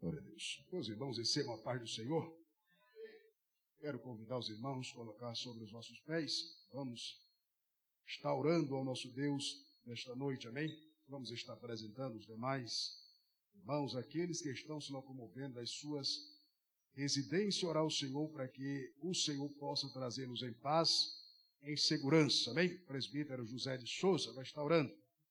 Glória a Deus. Meus irmãos, recebam a paz do Senhor. Quero convidar os irmãos a colocar sobre os nossos pés. Vamos estar orando ao nosso Deus nesta noite, amém? Vamos estar apresentando os demais irmãos, aqueles que estão se locomovendo das suas residências, orar ao Senhor para que o Senhor possa trazê-los em paz, em segurança, amém? O presbítero José de Souza vai estar orando.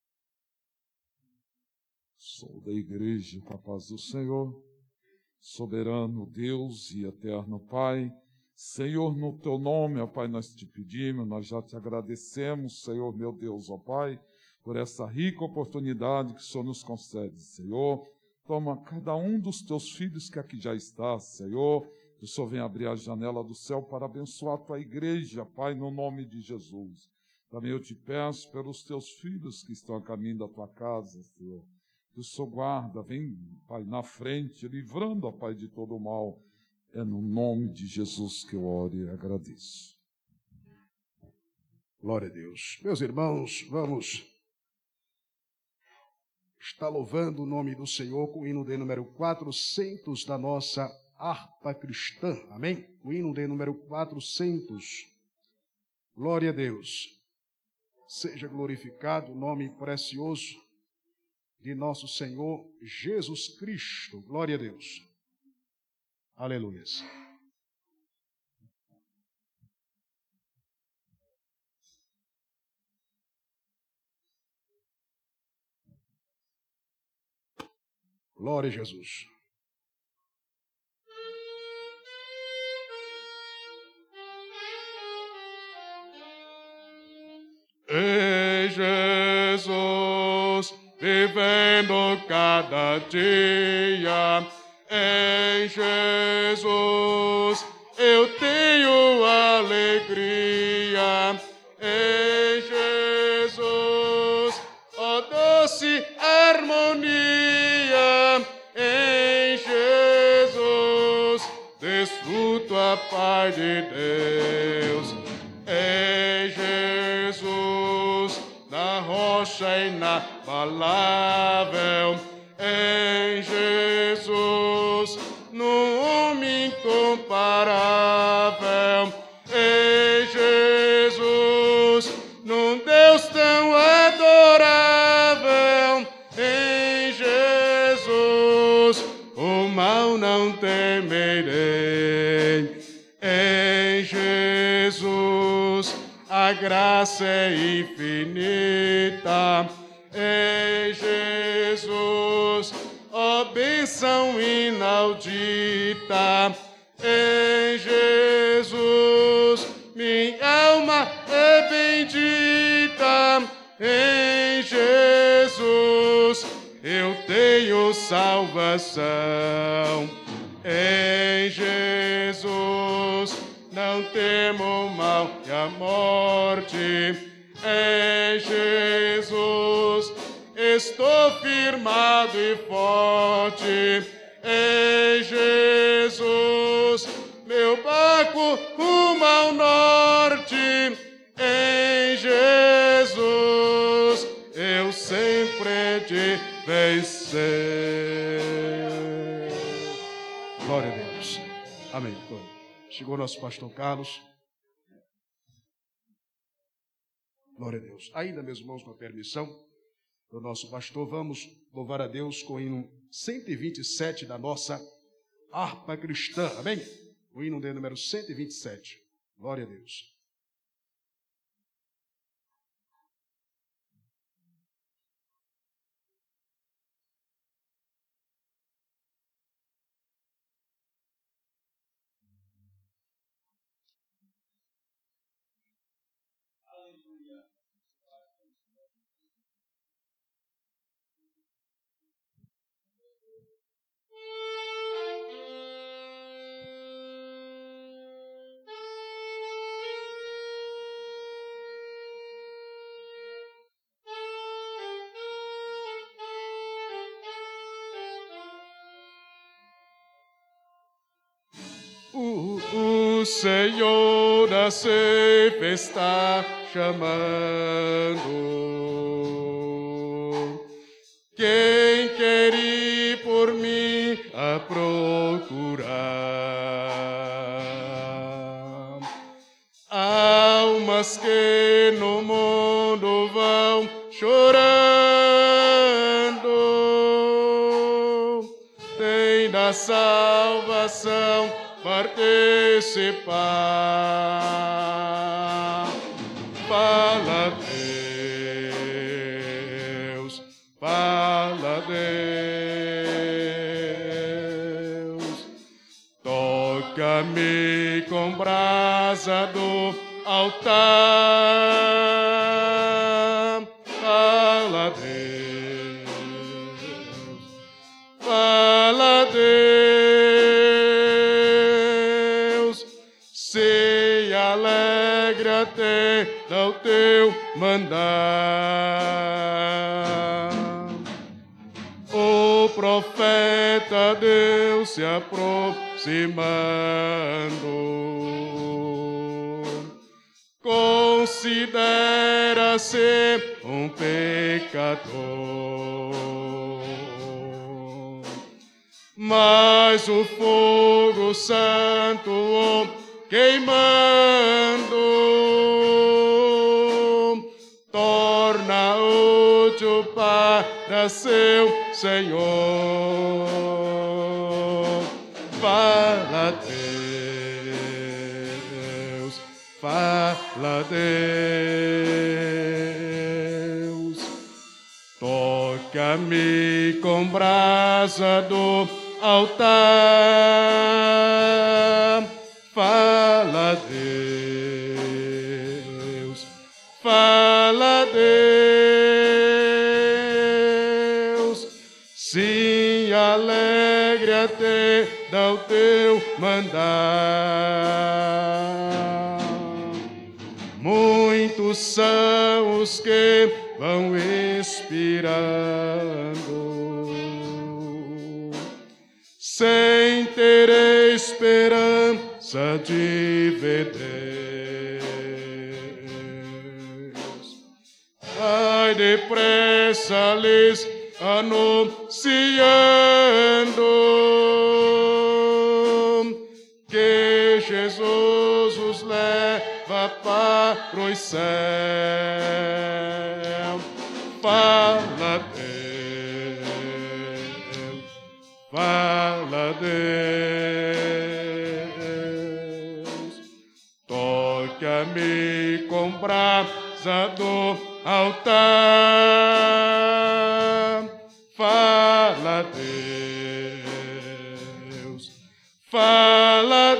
Sou da igreja com a paz do Senhor, soberano Deus e eterno Pai. Senhor, no teu nome, ó Pai, nós te pedimos, nós já te agradecemos, Senhor, meu Deus, ó Pai, por essa rica oportunidade que o Senhor nos concede, Senhor. Toma cada um dos teus filhos que aqui já está, Senhor, que o Senhor venha abrir a janela do céu para abençoar a tua igreja, Pai, no nome de Jesus. Também eu te peço pelos teus filhos que estão a caminho da tua casa, Senhor. Que o Senhor guarda, vem, Pai, na frente, livrando, ó Pai, de todo o mal. É no nome de Jesus que eu oro e agradeço. Glória a Deus. Meus irmãos, vamos estar louvando o nome do Senhor com o hino de número 400 da nossa harpa cristã. Amém? O hino de número 400. Glória a Deus. Seja glorificado o nome precioso de nosso Senhor Jesus Cristo. Glória a Deus. Aleluia. Glória a Jesus. Ei, Jesus, vivendo cada dia, em Jesus eu tenho alegria, em Jesus, ó doce harmonia, em Jesus desfruto a paz de Deus, em Jesus na rocha inabalável, em Jesus no homem incomparável, em Jesus num Deus tão adorável, em Jesus o mal não temerei, em Jesus a graça é infinita, em Jesus, ó bênção inaudita, em Jesus, minha alma é bendita, em Jesus, eu tenho salvação, em Jesus, não temo o mal e a morte, em Jesus estou firmado e forte, em Jesus meu barco rumo ao norte, em Jesus eu sempre hei de vencer. Glória a Deus. Amém. Chegou nosso pastor Carlos. Glória a Deus. Ainda, meus irmãos, com a permissão do nosso pastor, vamos louvar a Deus com o hino 127 da nossa harpa cristã. Amém? O hino de número 127. Glória a Deus. O Senhor da ceifa está chamando. Quem quer ir por mim, da salvação participar. Fala, Deus, fala, Deus. Toca-me com brasa do altar. Fala, Deus, fala, Deus. Se alegra-te no teu mandar. O profeta Deus se aproximando, considera-se um pecador, mas o fogo santo o queimando torna útil para seu Senhor. Fala, Deus, fala, Deus. Toca-me com brasa do altar. Fala, Deus, fala, Deus. Se alegra-te do teu mandar. Muitos são os que vão expirando, sem ter esperança de ver Deus. Vai depressa lhes anunciando que Jesus os leva para os céus. Fala, Deus, fala, Deus. Toca-me com brasa do altar. Fala, Deus, fala,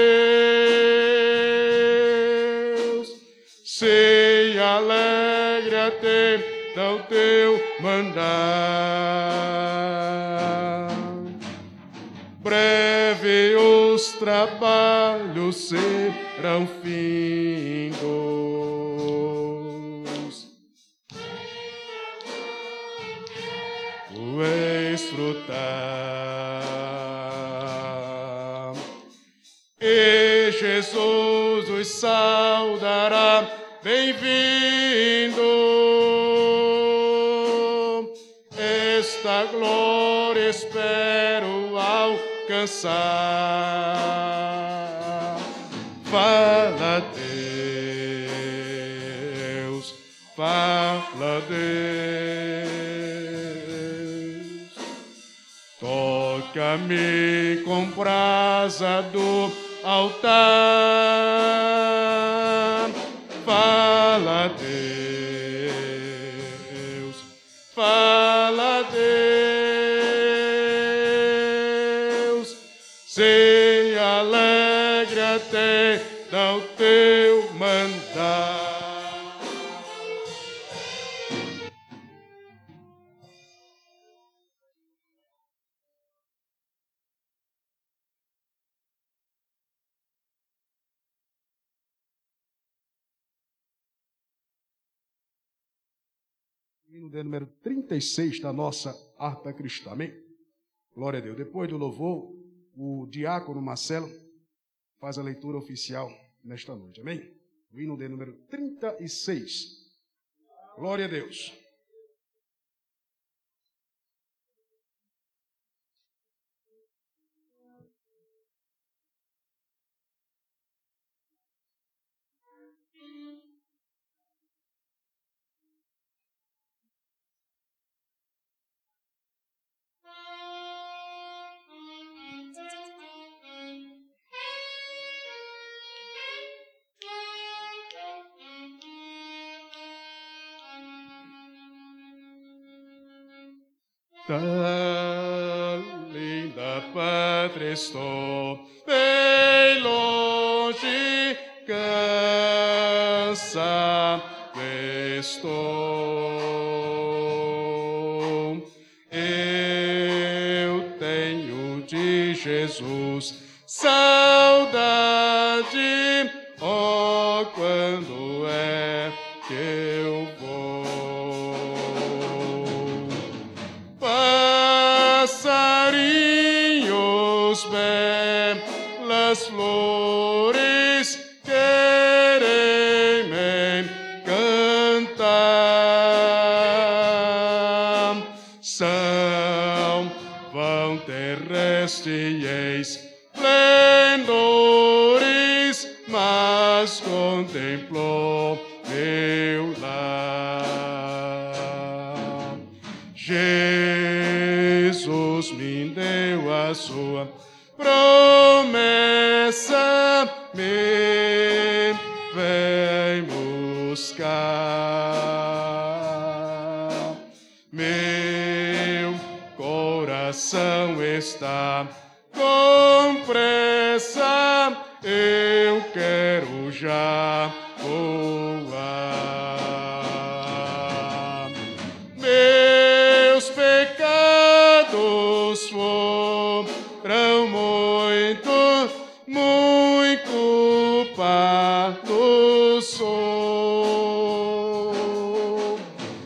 Deus. Se alegra-te do teu mandar. Breve os trabalhos serão findos, o desfrutar, e Jesus os saudará, bem-vindo. Esta glória espero alcançar. Fala, Deus, fala, Deus. Toca-me com brasa do altar. Fala, Deus, fala, Deus. Se alegra-te do teu mandar. Hino de número 36 da nossa harpa cristã, amém? Glória a Deus. Depois do louvor, o diácono Marcelo faz a leitura oficial nesta noite, amém? O hino de número 36. Glória a Deus. da linda pátria estou, bem longe, cansado estou. Eu tenho de Jesus saudade, oh, quando é que eu vou? Passarinhos, belas flores, querem me cantar. São vão terrestres esplendores, mas contemplou meu lar. Jesus me deu a sua promessa, me vem buscar. Meu coração está com pressa, eu quero já voar. Meus pecados foram muito, muito culpado sou.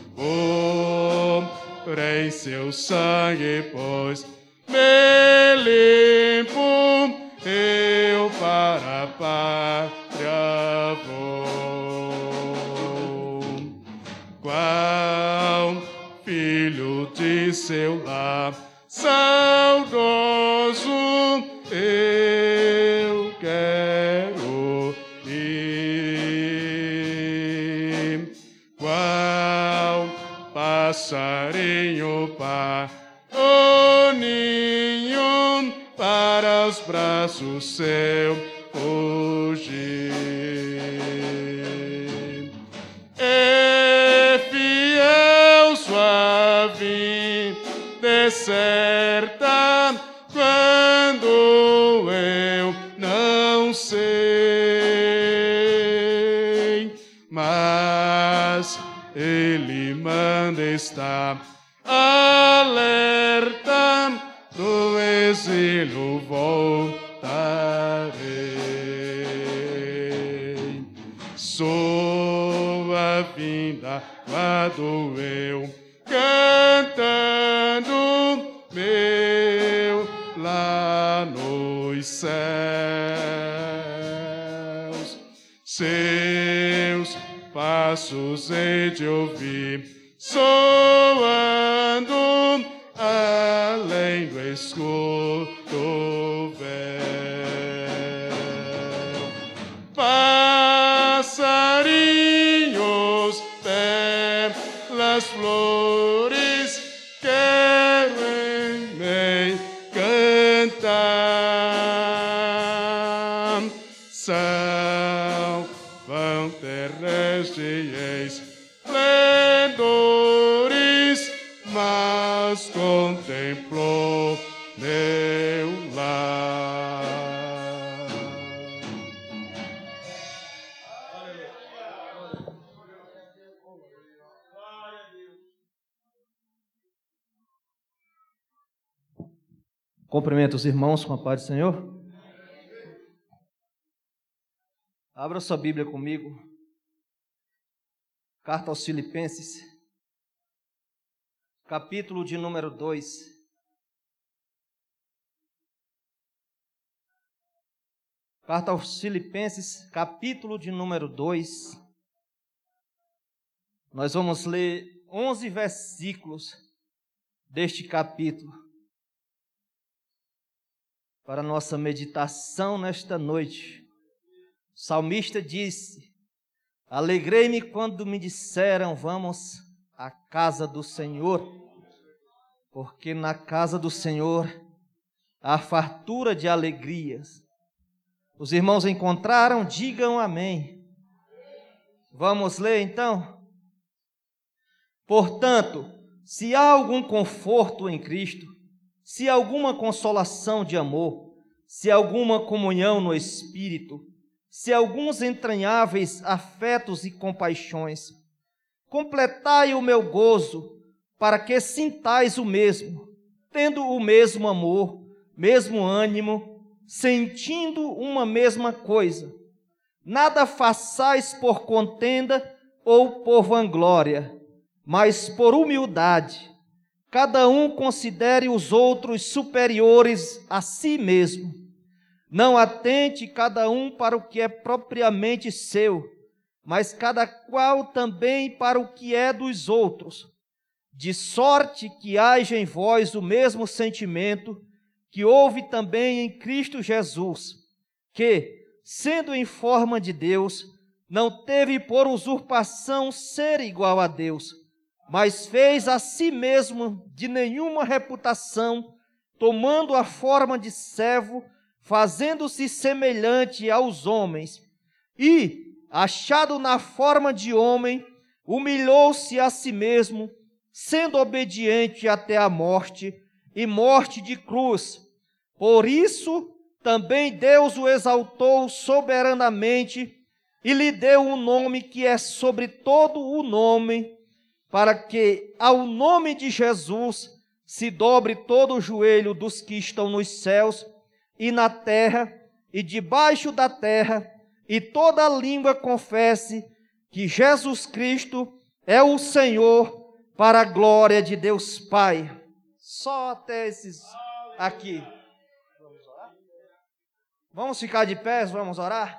Porém seu sangue, pois me limpo, eu para a pátria vou. Qual filho de seu lar saudoso, eu quero ir. Qual passarinho para o ninho, para os braços seu fugir. É fiel sua vida certa, quando eu não sei, mas ele manda estar alerta, do exílio voltarei. Sua vinda quando eu cantando meu lá nos céus. Seus passos hei de ouvir soando além do escudo véu. Passarinhos, belas flores, querem me cantar. São vão terrestres esplendores, mas contemplou meu lar. Cumprimento os irmãos com a paz do Senhor. Abra sua Bíblia comigo. Carta aos Filipenses, capítulo de número 2. Carta aos Filipenses, capítulo de número 2. Nós vamos ler 11 versículos deste capítulo para nossa meditação nesta noite. O salmista disse: alegrei-me quando me disseram, vamos à casa do Senhor, porque na casa do Senhor há fartura de alegrias. Os irmãos encontraram? Digam amém. Vamos ler então? Portanto, se há algum conforto em Cristo, se há alguma consolação de amor, se há alguma comunhão no Espírito, se há alguns entranháveis afetos e compaixões, completai o meu gozo, para que sintais o mesmo, tendo o mesmo amor, mesmo ânimo, sentindo uma mesma coisa. Nada façais por contenda ou por vanglória, mas por humildade. Cada um considere os outros superiores a si mesmo. Não atente cada um para o que é propriamente seu, mas cada qual também para o que é dos outros. De sorte que haja em vós o mesmo sentimento que houve também em Cristo Jesus, que, sendo em forma de Deus, não teve por usurpação ser igual a Deus, mas fez a si mesmo de nenhuma reputação, tomando a forma de servo, fazendo-se semelhante aos homens, e, achado na forma de homem, humilhou-se a si mesmo, sendo obediente até a morte, e morte de cruz. Por isso, também Deus o exaltou soberanamente e lhe deu um nome que é sobre todo o nome, para que ao nome de Jesus se dobre todo o joelho dos que estão nos céus e na terra e debaixo da terra, e toda língua confesse que Jesus Cristo é o Senhor, para a glória de Deus Pai. Só até esses aqui. Vamos ficar de pé, vamos orar?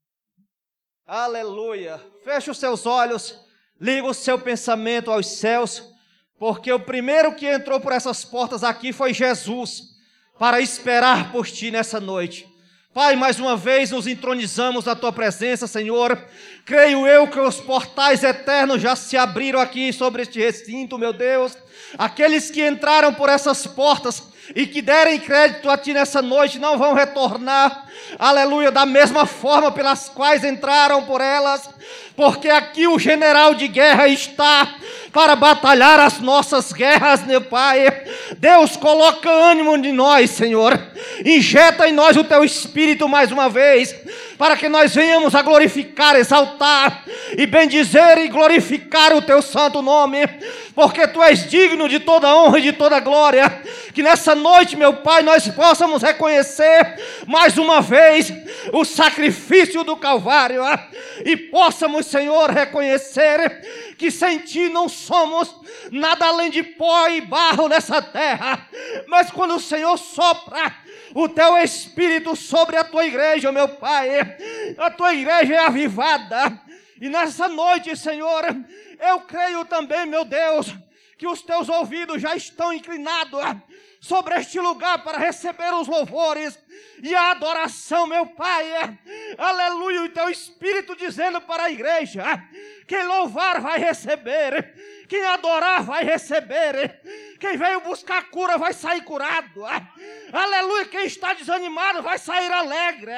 Aleluia. Feche os seus olhos, liga o seu pensamento aos céus, porque o primeiro que entrou por essas portas aqui foi Jesus, para esperar por ti nessa noite. Pai, mais uma vez nos entronizamos na Tua presença, Senhor. Creio eu que os portais eternos já se abriram aqui sobre este recinto, meu Deus. Aqueles que entraram por essas portas e que derem crédito a Ti nessa noite não vão retornar, aleluia, da mesma forma pelas quais entraram por elas, porque aqui o general de guerra está para batalhar as nossas guerras, meu Pai. Deus, coloca ânimo em nós, Senhor. Injeta em nós o Teu Espírito mais uma vez, para que nós venhamos a glorificar, exaltar e bendizer e glorificar o Teu santo nome, porque Tu és digno de toda honra e de toda glória. Que nessa noite, meu Pai, nós possamos reconhecer mais uma vez o sacrifício do Calvário e possamos, Senhor, reconhecer que sem Ti não somos nada além de pó e barro nessa terra, mas quando o Senhor sopra o Teu Espírito sobre a Tua igreja, meu Pai, a Tua igreja é avivada. E nessa noite, Senhor, eu creio também, meu Deus, que os Teus ouvidos já estão inclinados sobre este lugar para receber os louvores e a adoração, meu Pai. Aleluia, o Teu Espírito dizendo para a igreja: quem louvar vai receber, quem adorar vai receber, quem veio buscar cura vai sair curado, aleluia, quem está desanimado vai sair alegre,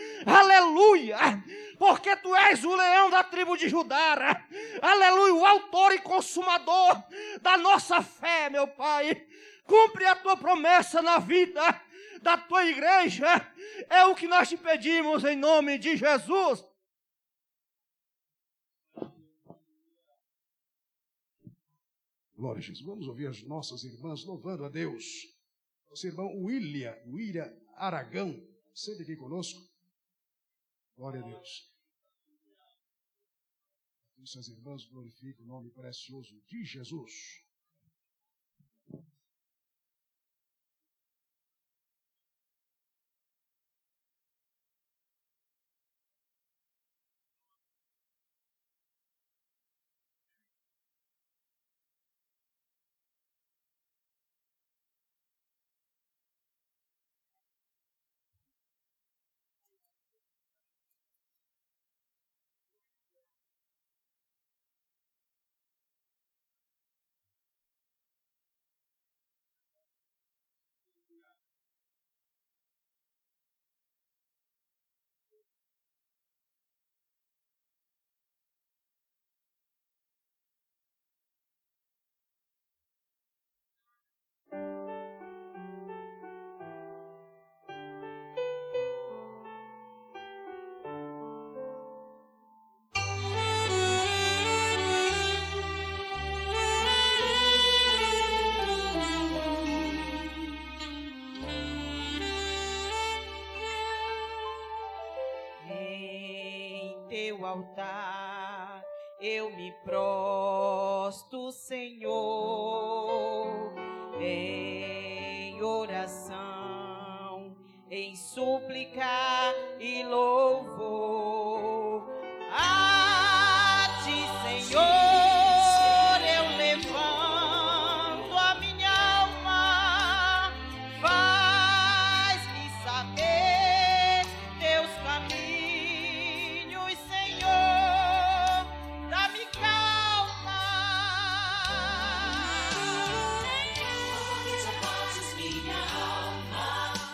aleluia, porque Tu és o leão da tribo de Judá, aleluia, o autor e consumador da nossa fé, meu Pai. Cumpre a Tua promessa na vida da Tua igreja, é o que nós Te pedimos em nome de Jesus. Glória a Jesus. Vamos ouvir as nossas irmãs louvando a Deus. Nosso irmão William Aragão, sempre aqui conosco. Glória a Deus. Que essas irmãs glorifiquem o nome precioso de Jesus. altar. Eu me prostro, Senhor, em oração, em súplica e louvor. A ti, Senhor, eu levanto a minha alma. Faz-me saber teus caminhos, Senhor. Dá-me calma. Desabates minha alma.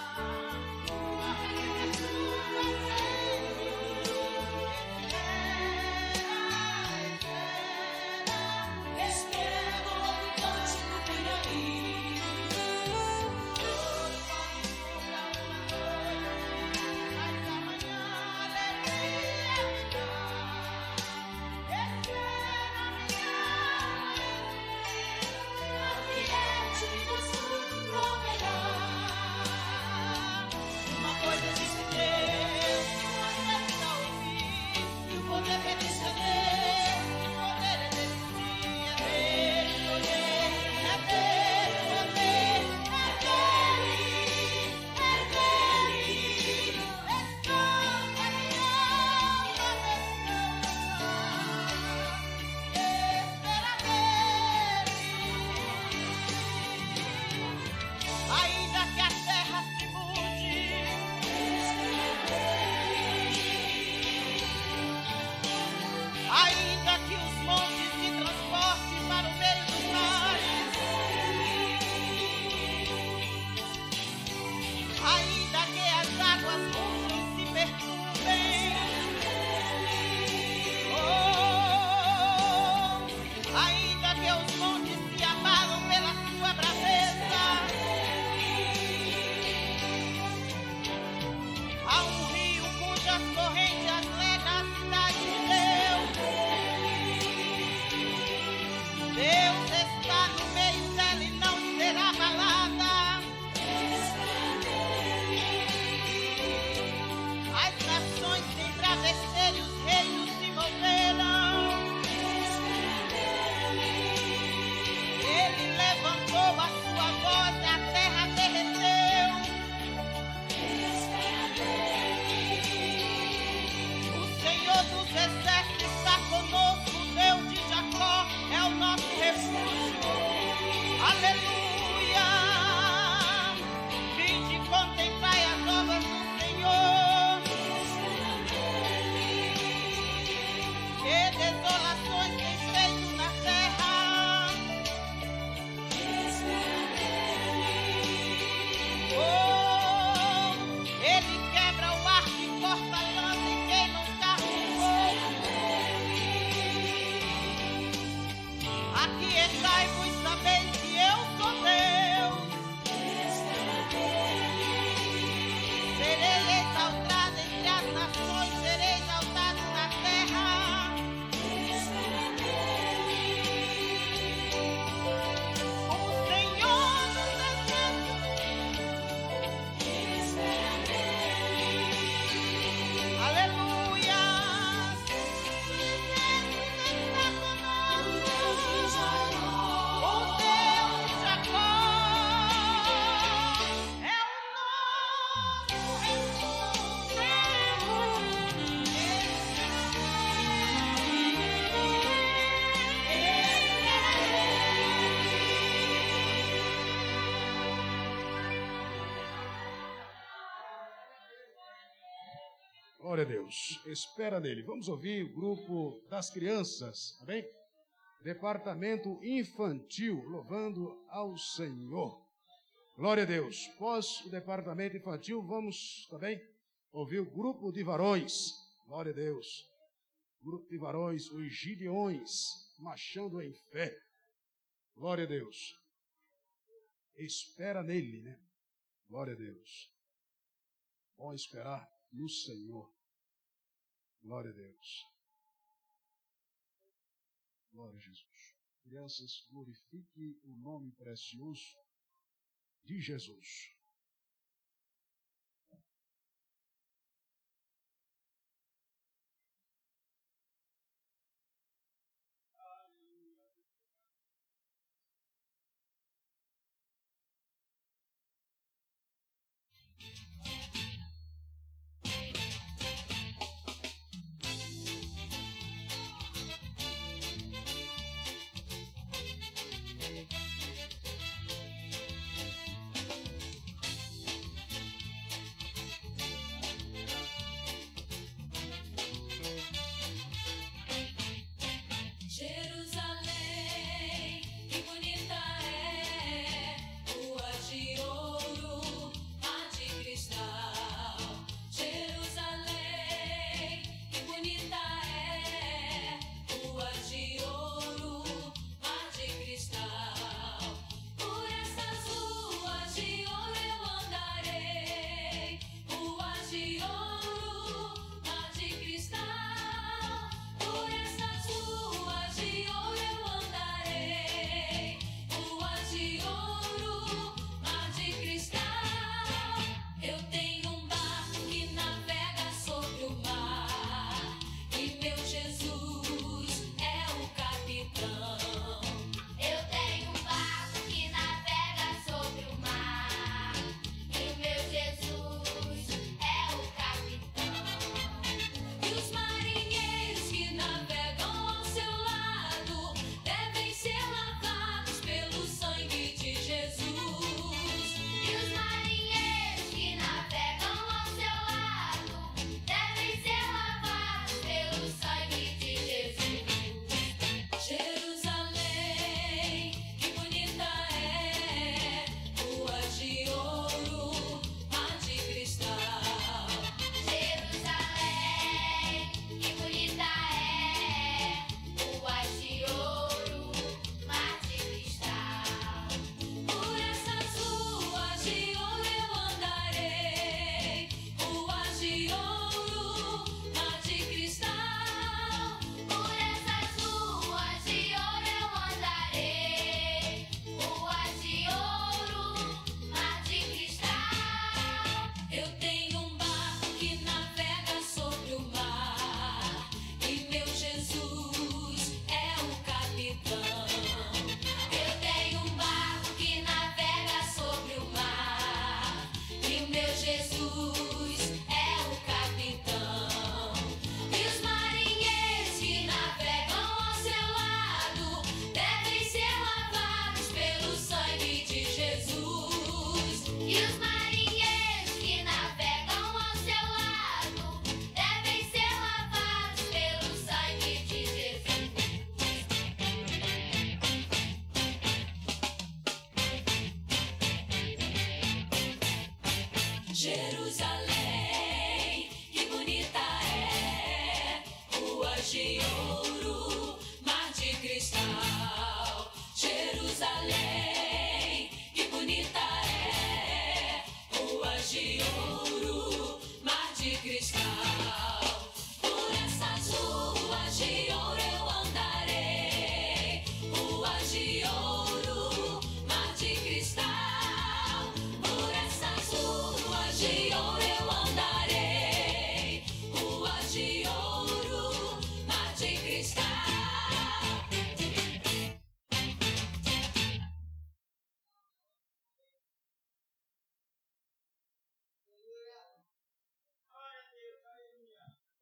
Glória a Deus. Espera nele. Vamos ouvir o grupo das crianças, tá bem? Departamento infantil, louvando ao Senhor. Glória a Deus. Após o departamento infantil, vamos também ouvir o grupo de varões. Glória a Deus. Grupo de varões, os Gideões, marchando em fé. Glória a Deus. Espera nele, né? Glória a Deus. Bom esperar no Senhor. Glória a Deus. Glória a Jesus. Crianças, glorifique o nome precioso de Jesus.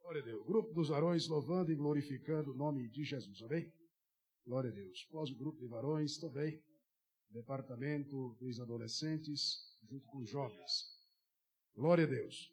Glória a Deus. Grupo dos varões louvando e glorificando o nome de Jesus, amém? Glória a Deus. Após o grupo de varões também, departamento dos adolescentes, junto com os jovens. Glória a Deus.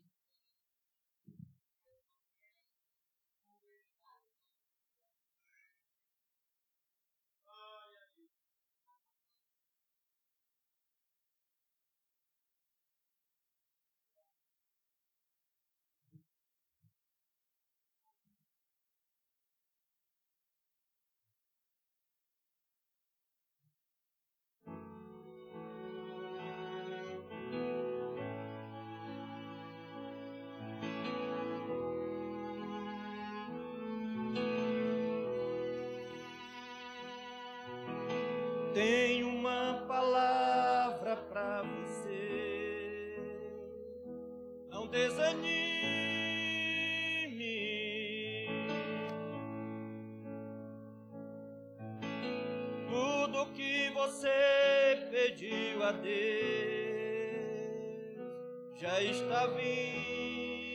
Tenho uma palavra para você, não desanime. Tudo que você pediu a Deus já está vindo.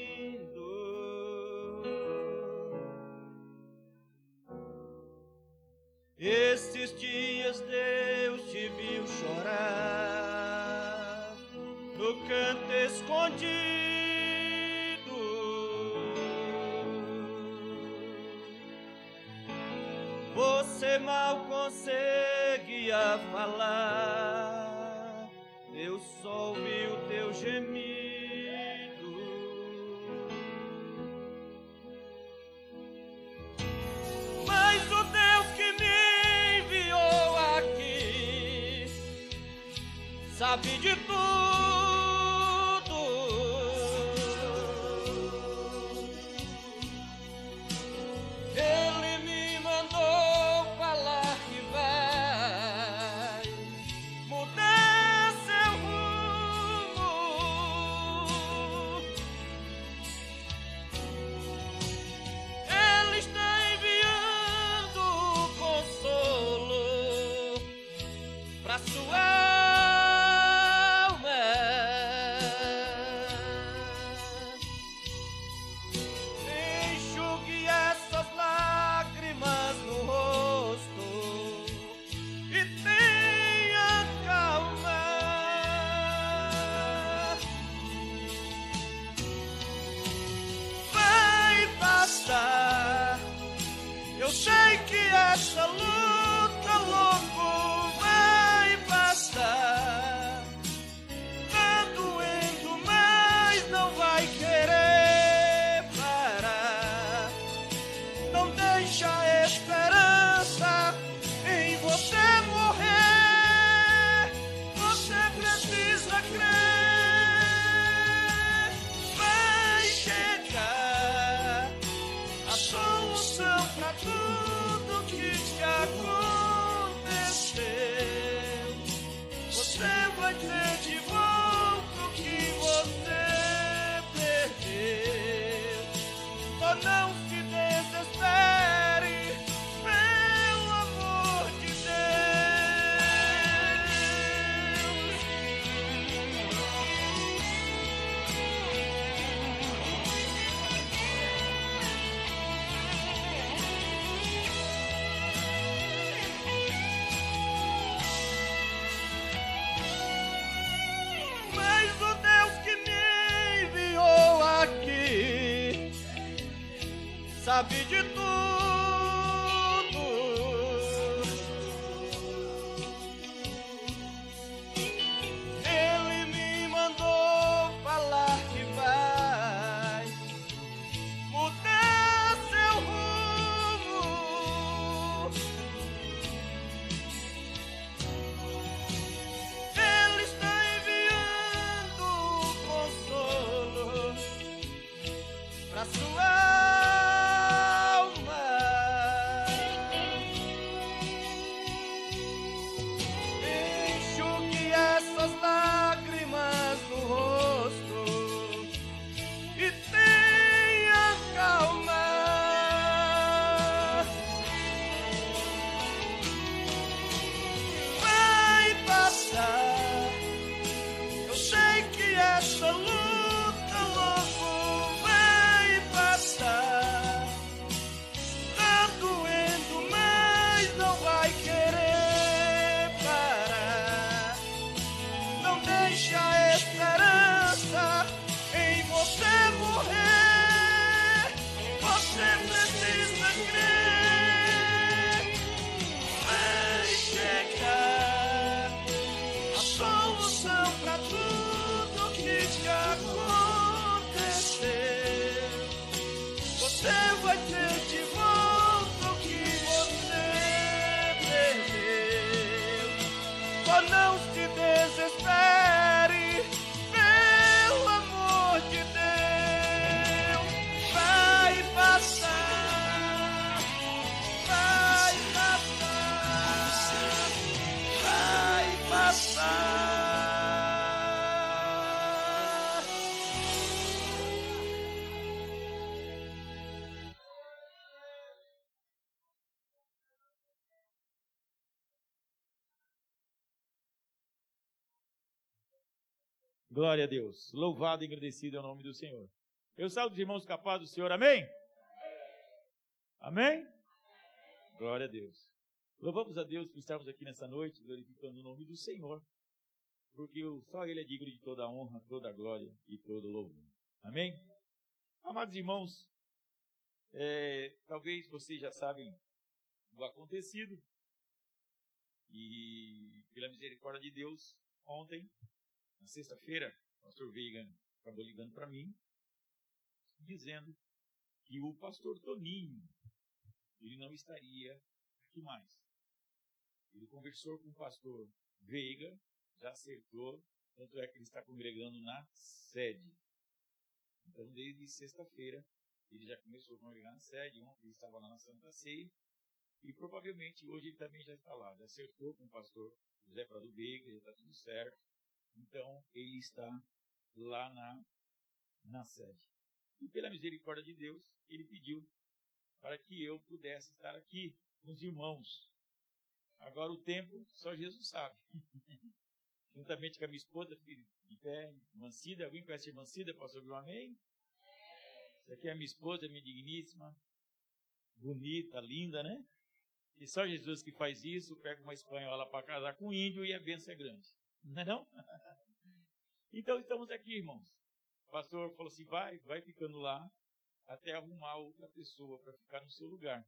Esses dias Deus te viu chorar no canto escondido. Você mal conseguia falar, Deus só ouviu teu gemido. Mas o Deus que me enviou aqui sabe de tudo. Ele me mandou falar que vai mudar seu rumo. Ele está enviando consolo para sua alma. Enxugue essas lágrimas no rosto e tenha calma. Vai passar. Eu sei que essa luta logo vai passar. Tá doendo, mas não vai querer parar. Não deixa a esperança em você morrer. Você precisa crer. Vai chegar a solução para tudo que te aconteceu. Você vai ter de volta o que você perdeu. Só não se desespere, pelo amor de Mas o Deus que me enviou aqui sabe de tudo. Ele me mandou falar que vai mudar seu rumo. Ele está enviando consolo para sua Só não se desespere, pelo amor de Deus. Vai passar, vai passar, vai passar. Glória a Deus. Louvado e agradecido é o nome do Senhor. Eu saúdo os irmãos capados do Senhor. Amém? Amém? Glória a Deus. Louvamos a Deus por estarmos aqui nessa noite, glorificando o nome do Senhor, porque só Ele é digno de toda a honra, toda a glória e todo o louvor. Amém? Amados irmãos, talvez vocês já sabem do acontecido, e pela misericórdia de Deus, ontem, na sexta-feira, o pastor Veiga acabou ligando para mim, dizendo que o pastor Toninho, ele não estaria aqui mais. Ele conversou com o pastor Veiga, já acertou, tanto é que ele está congregando na sede. Então, desde sexta-feira, ele já começou a congregar na sede, ontem ele estava lá na Santa Ceia, e provavelmente hoje ele também já está lá. Já acertou com o pastor José Prado Veiga, já está tudo certo. Então, ele está lá na sede. E pela misericórdia de Deus, ele pediu para que eu pudesse estar aqui com os irmãos. Agora o tempo, só Jesus sabe. Juntamente com a minha esposa, de pé, Mancida. Alguém conhece a Mancida? Posso ouvir um amém? Essa aqui é a minha esposa, minha digníssima, bonita, linda, né? E só Jesus que faz isso, pega uma espanhola para casar com um índio e a bênção é grande. Não é não? Então estamos aqui, irmãos. O pastor falou assim, vai ficando lá até arrumar outra pessoa para ficar no seu lugar.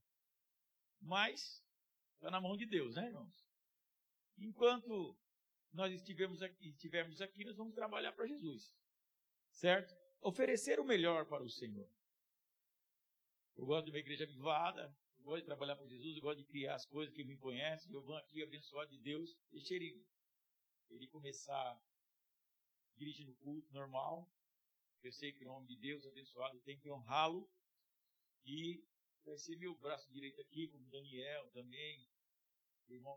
Mas está na mão de Deus, né, irmãos? Enquanto nós estivermos aqui, nós vamos trabalhar para Jesus. Certo? Oferecer o melhor para o Senhor. Eu gosto de uma igreja avivada, eu gosto de trabalhar para Jesus, eu gosto de criar as coisas que me conhecem, eu vou aqui abençoado de Deus, deixa ele começar dirigindo o culto normal. Eu sei que o nome de Deus abençoado tem que honrá-lo. E vai ser meu braço direito aqui, como Daniel também. O irmão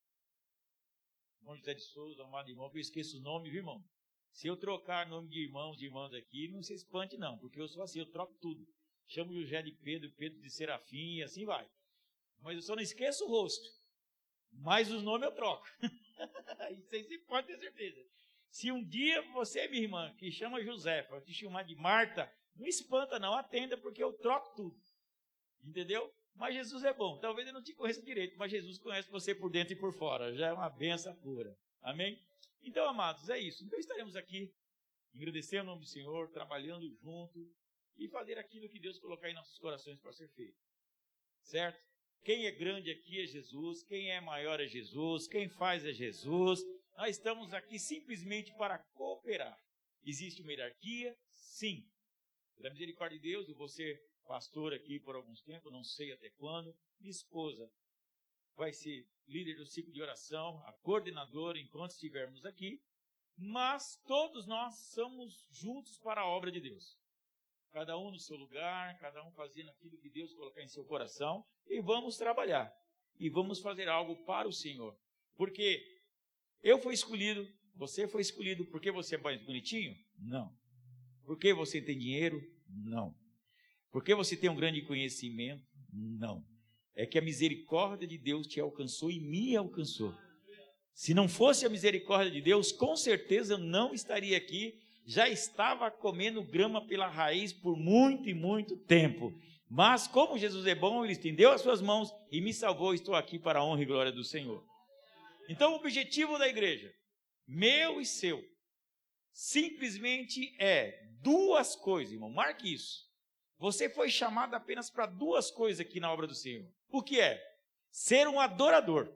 José de Souza, amado irmão, que eu esqueço o nome, viu, irmão? Se eu trocar nome de irmãos aqui, não se espante não, porque eu sou assim, eu troco tudo. Chamo o José de Pedro, Pedro de Serafim e assim vai. Mas eu só não esqueço o rosto. Mas os nomes eu troco. Isso aí você pode ter certeza. Se um dia você, minha irmã, que chama Josefa, te chamar de Marta, não espanta não, atenda, porque eu troco tudo. Entendeu? Mas Jesus é bom. Talvez eu não te conheça direito, mas Jesus conhece você por dentro e por fora. Já é uma benção pura. Amém? Então, amados, é isso. Então estaremos aqui, agradecendo o nome do Senhor, trabalhando junto e fazer aquilo que Deus colocar em nossos corações para ser feito. Certo? Quem é grande aqui é Jesus, quem é maior é Jesus, quem faz é Jesus. Nós estamos aqui simplesmente para cooperar. Existe uma hierarquia? Sim. Pela misericórdia de Deus, eu vou ser pastor aqui por alguns tempos, não sei até quando. Minha esposa vai ser líder do ciclo de oração, a coordenadora enquanto estivermos aqui. Mas todos nós somos juntos para a obra de Deus. Cada um no seu lugar, cada um fazendo aquilo que Deus colocar em seu coração. E vamos trabalhar. E vamos fazer algo para o Senhor. Porque eu fui escolhido, você foi escolhido porque você é mais bonitinho? Não. Porque você tem dinheiro? Não. Porque você tem um grande conhecimento? Não. É que a misericórdia de Deus te alcançou e me alcançou. Se não fosse a misericórdia de Deus, com certeza eu não estaria aqui. Já estava comendo grama pela raiz por muito e muito tempo. Mas como Jesus é bom, Ele estendeu as suas mãos e me salvou. Estou aqui para a honra e glória do Senhor. Então o objetivo da igreja, meu e seu, simplesmente é duas coisas, irmão. Marque isso. Você foi chamado apenas para duas coisas aqui na obra do Senhor. O que é? Ser um adorador.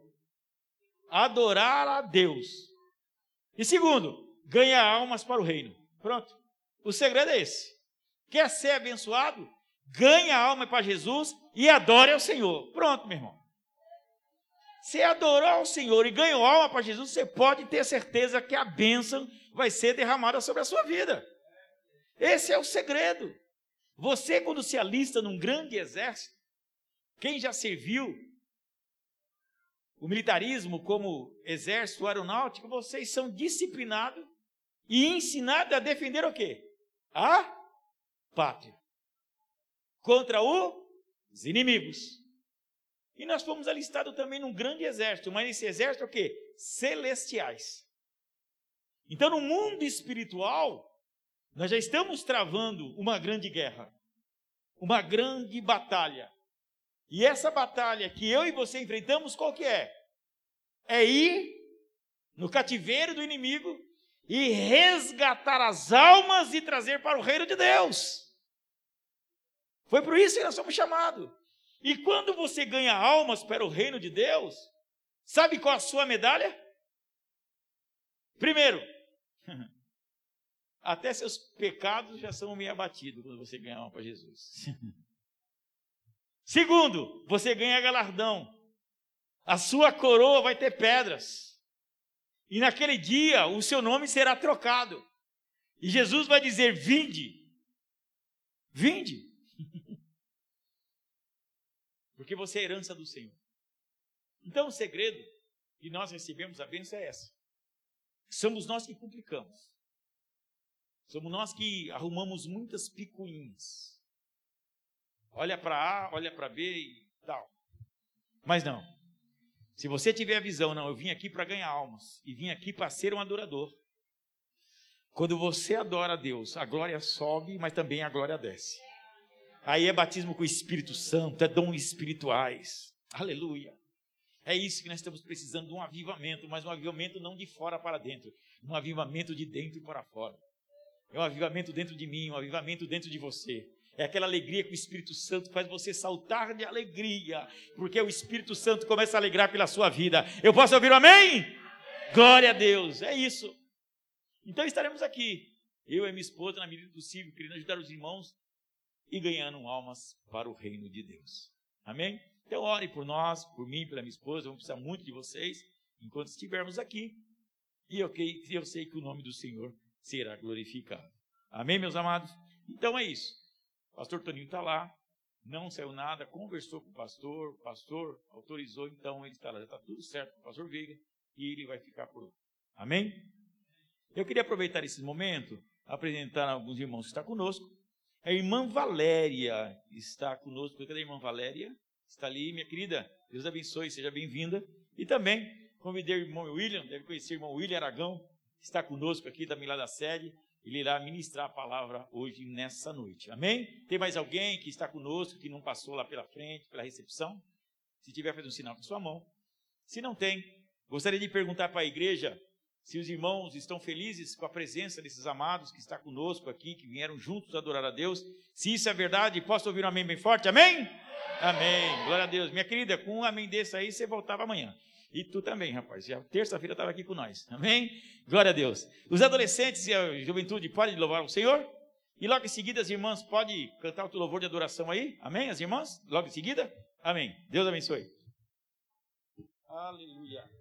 Adorar a Deus. E segundo, ganhar almas para o reino. Pronto. O segredo é esse. Quer ser abençoado? Ganhe a alma para Jesus e adore ao Senhor. Pronto, meu irmão. Você adorou ao Senhor e ganhou alma para Jesus, você pode ter certeza que a bênção vai ser derramada sobre a sua vida. Esse é o segredo. Você, quando se alista num grande exército, quem já serviu o militarismo como exército aeronáutico, vocês são disciplinados e ensinados a defender o quê? A pátria. Contra os inimigos. E nós fomos alistados também num grande exército, mas esse exército é o quê? Celestiais. Então, no mundo espiritual, nós já estamos travando uma grande guerra, uma grande batalha. E essa batalha que eu e você enfrentamos, qual que é? É ir no cativeiro do inimigo e resgatar as almas e trazer para o reino de Deus. Foi por isso que nós somos chamados. E quando você ganha almas para o reino de Deus, sabe qual a sua medalha? Primeiro, até seus pecados já são meio abatidos quando você ganha alma para Jesus. Segundo, você ganha galardão. A sua coroa vai ter pedras. E naquele dia o seu nome será trocado. E Jesus vai dizer: vinde. Vinde. Porque você é a herança do Senhor. Então o segredo que nós recebemos a bênção é essa. Somos nós que complicamos. Somos nós que arrumamos muitas picuinhas. Olha para A, olha para B e tal. Mas não. Se você tiver a visão, não, eu vim aqui para ganhar almas. E vim aqui para ser um adorador. Quando você adora a Deus, a glória sobe, mas também a glória desce. Aí é batismo com o Espírito Santo, é dons espirituais. Aleluia. É isso que nós estamos precisando, de um avivamento, mas um avivamento não de fora para dentro, um avivamento de dentro para fora. É um avivamento dentro de mim, um avivamento dentro de você. É aquela alegria que o Espírito Santo faz você saltar de alegria, porque o Espírito Santo começa a alegrar pela sua vida. Eu posso ouvir um amém? Glória a Deus, é isso. Então estaremos aqui, eu e minha esposa, na medida do possível, querendo ajudar os irmãos e ganhando almas para o reino de Deus. Amém? Então ore por nós, por mim, pela minha esposa, vamos precisar muito de vocês, enquanto estivermos aqui. E eu sei que o nome do Senhor será glorificado. Amém, meus amados? Então é isso. O pastor Toninho está lá, não saiu nada, conversou com o pastor autorizou, então ele está lá, já está tudo certo com o pastor Veiga, e ele vai ficar por lá. Amém? Eu queria aproveitar esse momento, apresentar alguns irmãos que estão conosco. A irmã Valéria está conosco. Cadê a irmã Valéria? Está ali, minha querida. Deus abençoe, seja bem-vinda. E também convidei o irmão William, deve conhecer o irmão William Aragão, que está conosco aqui também lá da sede. Ele irá ministrar a palavra hoje, nessa noite. Amém? Tem mais alguém que está conosco, que não passou lá pela frente, pela recepção? Se tiver, faz um sinal com sua mão. Se não tem, gostaria de perguntar para a igreja se os irmãos estão felizes com a presença desses amados que estão conosco aqui, que vieram juntos adorar a Deus. Se isso é verdade, posso ouvir um amém bem forte? Amém? Amém. Glória a Deus. Minha querida, com um amém desse aí, você voltava amanhã. E tu também, rapaz. Já terça-feira estava aqui com nós. Amém? Glória a Deus. Os adolescentes e a juventude podem louvar o Senhor? E logo em seguida as irmãs podem cantar o teu louvor de adoração aí? Amém? As irmãs? Logo em seguida? Amém. Deus abençoe. Aleluia.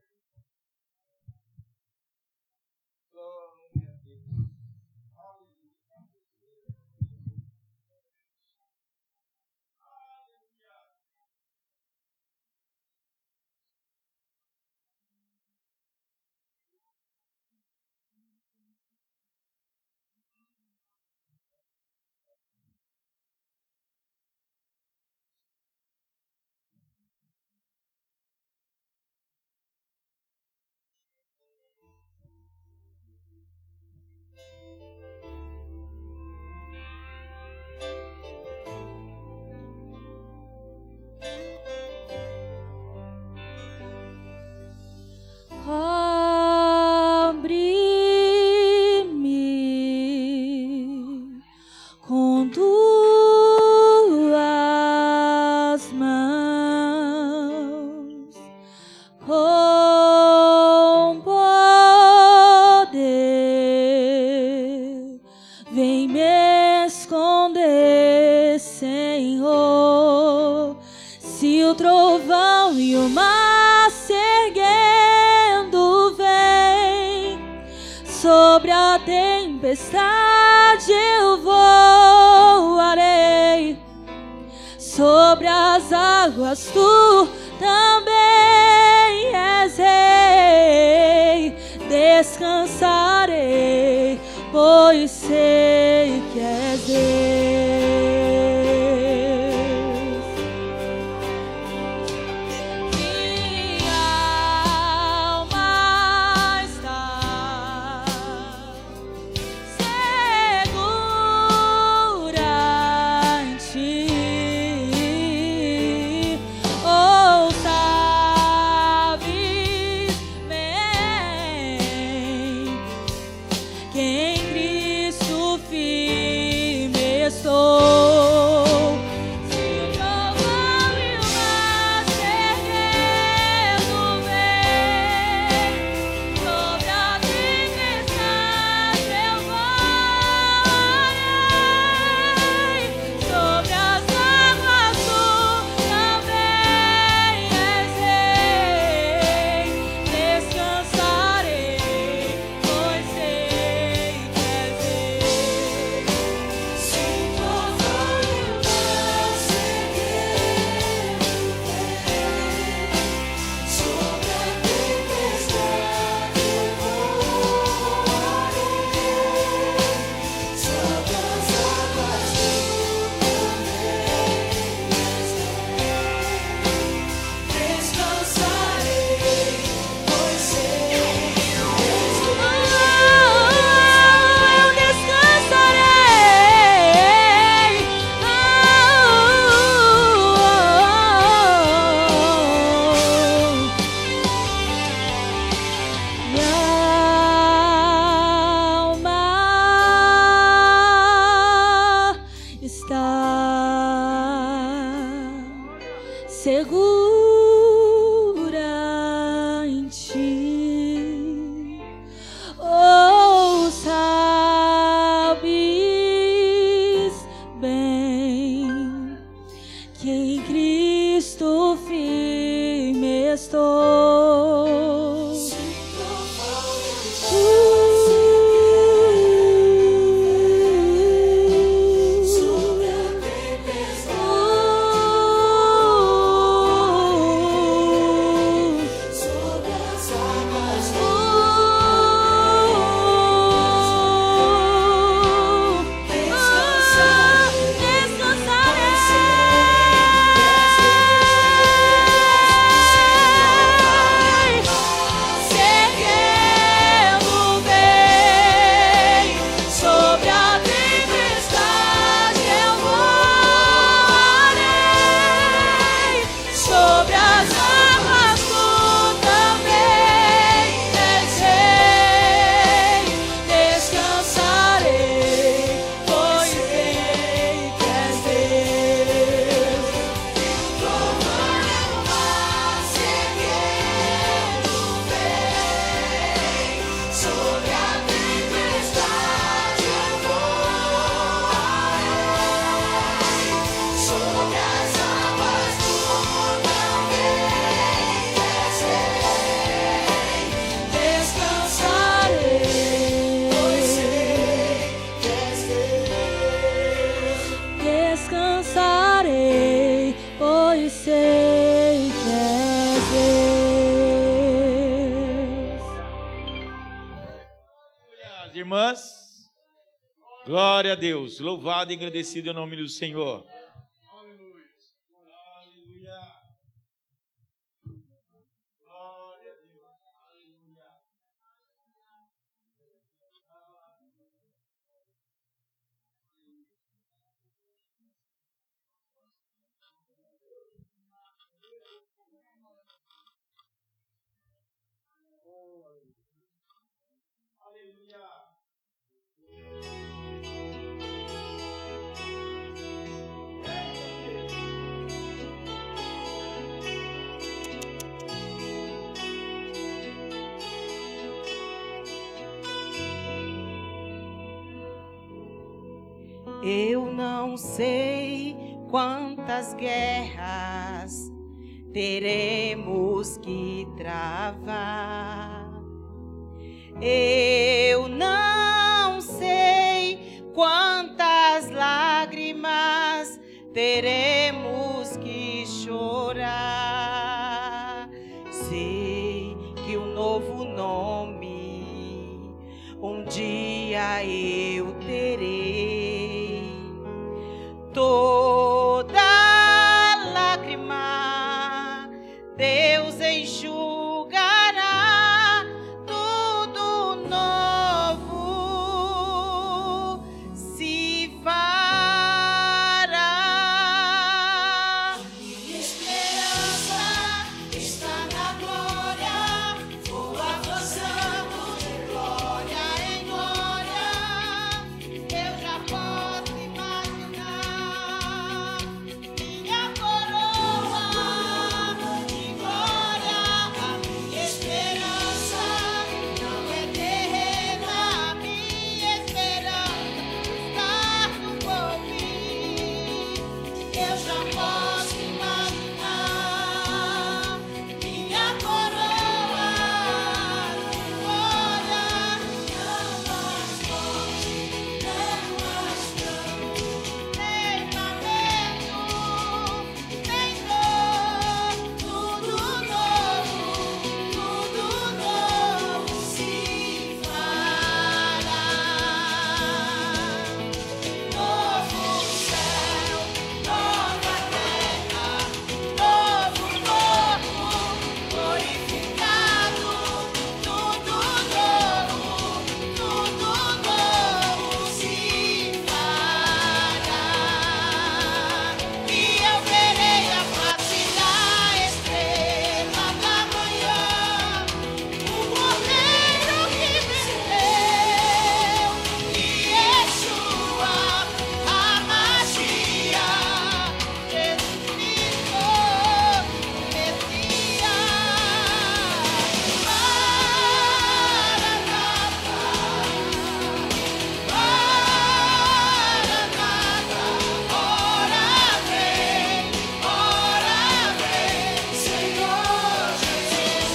Sobre a tempestade eu voarei, sobre as águas tu também és rei. Descansarei, pois sei que és Deus. Segura em ti, oh, sabes bem que em Cristo firme estou. Descansarei, pois sei que és Deus. Irmãs, glória a Deus, louvado e agradecido é o nome do Senhor. Eu não sei quantas guerras teremos que travar. Eu não novo nome, um dia eu terei. Toda lágrima Deus enxugará, tudo novo se fará. Minha esperança está na glória, vou avançando de glória em glória. Eu já posso imaginar minha coroa de glória. A minha esperança não é terrena, a minha esperança está no porvir. Eu já posso imaginar minha coroa de glória. Não mais morte, não mais pranto, nem lamento, nem dor. Tudo novo se fará. Novo céu, nova terra, novo corpo glorificado. Tudo novo se fará. E eu verei a face da estrela da manhã, o cordeiro que venceu, e Yeshua, a magia, Jesus Cristo, o Messias. Maranata, ora vem, Senhor Jesus.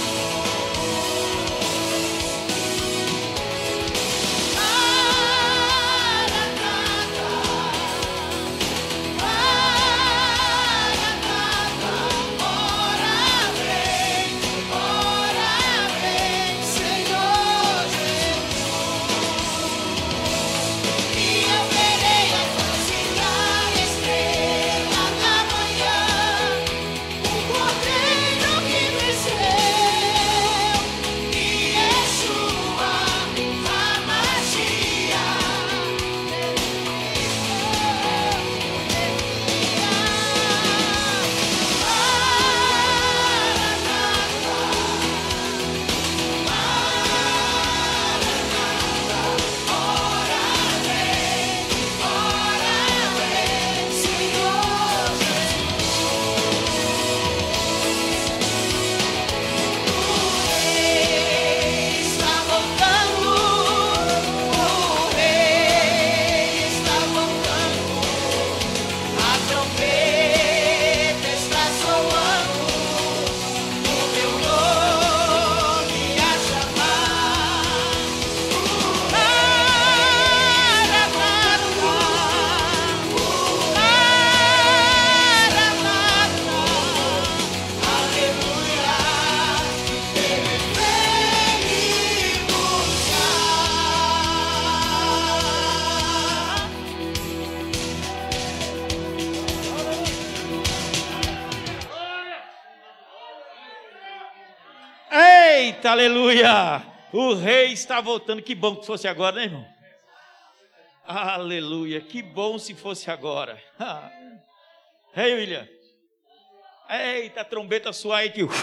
Eita, aleluia! O rei está voltando. Que bom que fosse agora, né, irmão? Aleluia! Que bom se fosse agora. Ei, William. Eita, a trombeta soar aí que...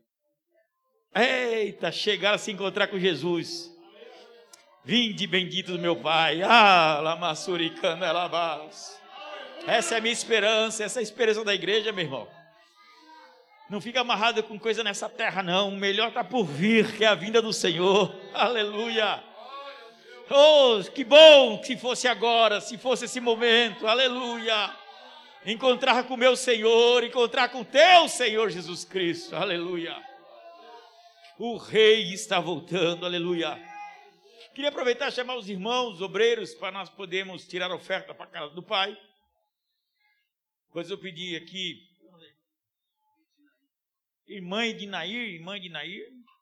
Eita, chegaram a se encontrar com Jesus. Vinde, bendito do meu Pai. Lamassuricana, alabás. Essa é a minha esperança, essa é a esperança da igreja, meu irmão. Não fica amarrado com coisa nessa terra, não. O melhor está por vir, que é a vinda do Senhor. Aleluia. Oh, que bom se fosse agora, se fosse esse momento. Aleluia. Encontrar com o meu Senhor, encontrar com o teu Senhor Jesus Cristo. Aleluia. O rei está voltando. Aleluia. Queria aproveitar e chamar os irmãos, os obreiros, para nós podermos tirar a oferta para a casa do Pai. Pois eu pedi aqui... Irmã de Nair,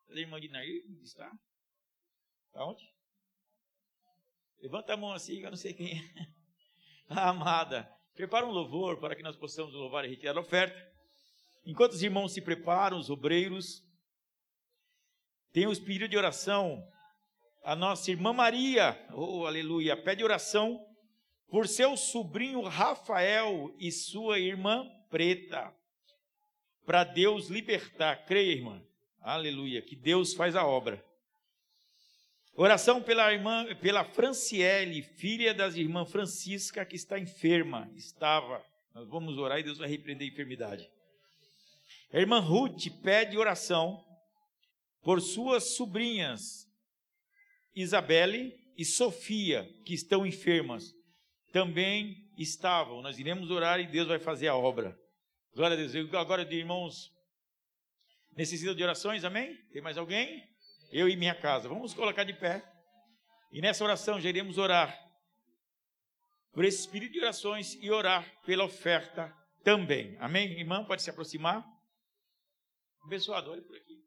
A irmã de Nair está? Aonde? Levanta a mão assim, que eu não sei quem é. A amada, prepara um louvor para que nós possamos louvar e retirar a oferta. Enquanto os irmãos se preparam, os obreiros, tem os pedidos de oração. A nossa irmã Maria, oh aleluia, pede oração por seu sobrinho Rafael e sua irmã Preta, para Deus libertar. Creia, irmã, aleluia, que Deus faz a obra. Oração pela Franciele, filha das irmãs Francisca, que está enferma. Nós vamos orar e Deus vai repreender a enfermidade. A irmã Ruth pede oração por suas sobrinhas, Isabelle e Sofia, que estão enfermas. Também estavam. Nós iremos orar e Deus vai fazer a obra. Glória a Deus. Agora, irmãos, necessitam de orações, amém? Tem mais alguém? Eu e minha casa. Vamos colocar de pé. E nessa oração já iremos orar por esse espírito de orações e orar pela oferta também. Amém? Irmã, pode se aproximar. Abençoado, olha por aqui.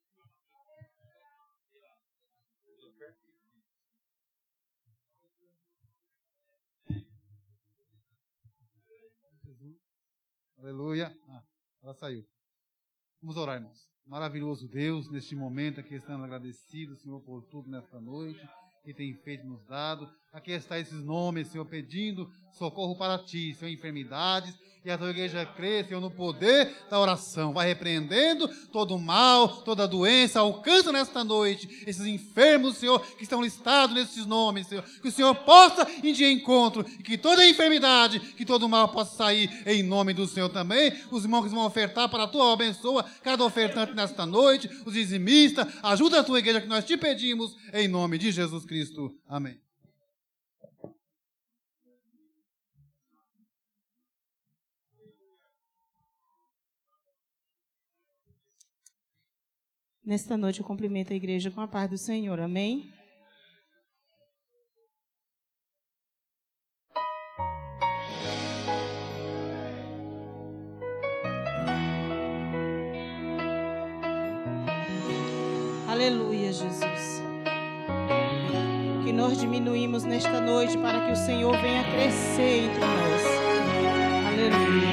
Aleluia. Ela saiu. Vamos orar, irmãos. Maravilhoso Deus, neste momento aqui estamos agradecidos, Senhor, por tudo nesta noite que tem feito nos dado. Aqui está esses nomes, Senhor, pedindo socorro para Ti, Senhor, enfermidades. E a Tua igreja crê, Senhor, no poder da oração. Vai repreendendo todo o mal, toda a doença. Alcança nesta noite esses enfermos, Senhor, que estão listados nesses nomes, Senhor. Que o Senhor possa ir de encontro e que toda enfermidade, que todo o mal possa sair em nome do Senhor também. Os irmãos que vão ofertar para a Tua abençoa cada ofertante nesta noite. Os dizimistas, ajuda a Tua igreja que nós Te pedimos em nome de Jesus Cristo. Amém. Nesta noite eu cumprimento a igreja com a paz do Senhor. Amém? Aleluia, Jesus. Que nós diminuímos nesta noite para que o Senhor venha crescer entre nós. Aleluia.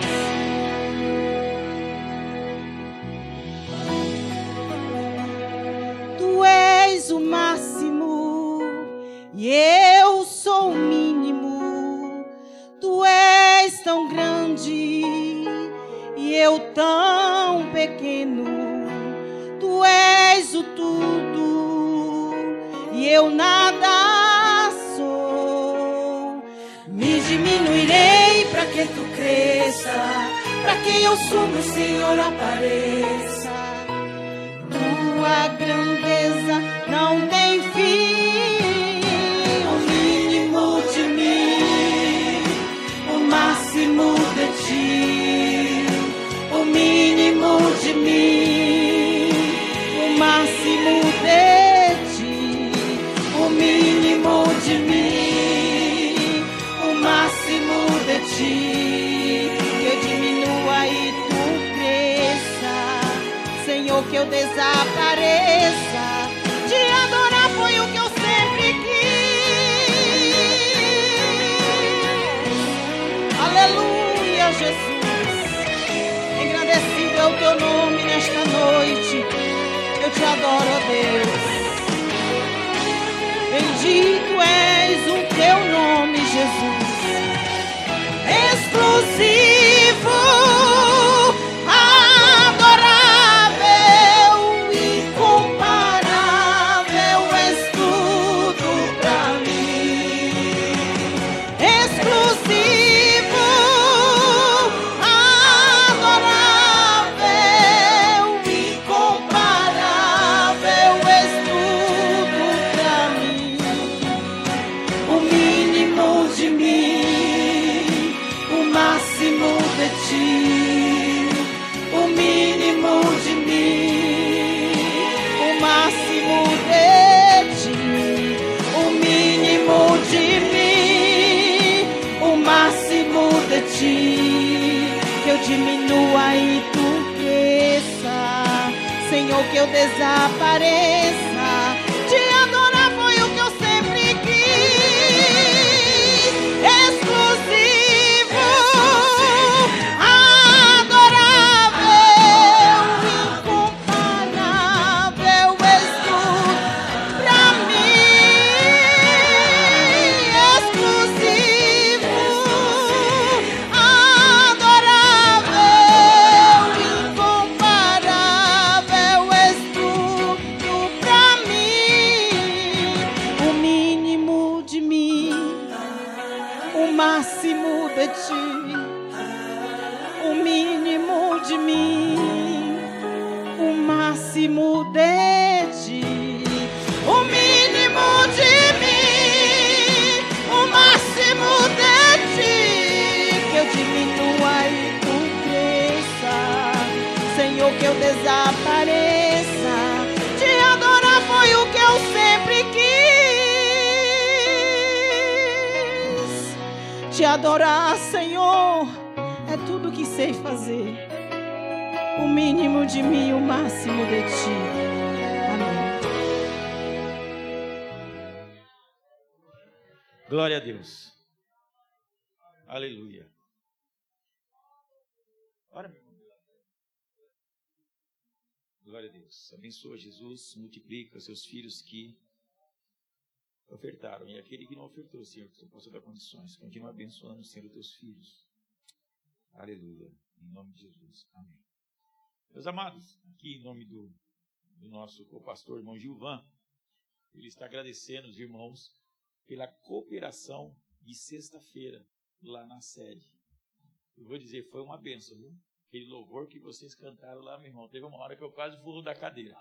O máximo e eu sou o mínimo. Tu és tão grande e eu tão pequeno. Tu és o tudo e eu nada sou. Me diminuirei para que tu cresça, para que eu suba, o Senhor apareça. Tua grandeza não tem fim. O mínimo de mim, o máximo de ti. O mínimo de mim, o máximo de ti. O mínimo de mim, o máximo de ti. Que eu diminua e tu cresça, Senhor, que eu desapareça. Te adorar foi o que eu sempre quis. Aleluia, Jesus. Engrandecido é o teu nome nesta noite. Eu te adoro, ó Deus. Bendito és o teu nome, Jesus. Exclusivo, que eu diminua e tu cresça, Senhor, Senhor, que eu desapareça. Te adorar foi o que eu sempre quis. Exclusivo, adorável, incomparável és tu pra mim. Exclusivo, adorável, incomparável és tu pra mim. O mínimo de mim, o máximo de ti. O mínimo de mim, o máximo de ti. O mínimo de mim, o máximo de ti. Que eu diminua e tu cresça. Senhor, que eu desapareça. Te adorar foi o que eu sempre quis. Te adorar, Senhor, é tudo que sei fazer. O mínimo de mim, o máximo de ti. Amém. Glória a Deus. Aleluia. Ora, meu irmão. Glória a Deus. Abençoa Jesus, multiplica os seus filhos que ofertaram. E aquele que não ofertou, Senhor, que tu possa dar condições. Continua abençoando, Senhor, os teus filhos. Aleluia. Em nome de Jesus. Amém. Meus amados, aqui em nome do nosso co-pastor, irmão Gilvan, ele está agradecendo os irmãos pela cooperação de sexta-feira lá na sede. Eu vou dizer, foi uma bênção, viu? Aquele louvor que vocês cantaram lá, meu irmão, teve uma hora que eu quase furo da cadeira.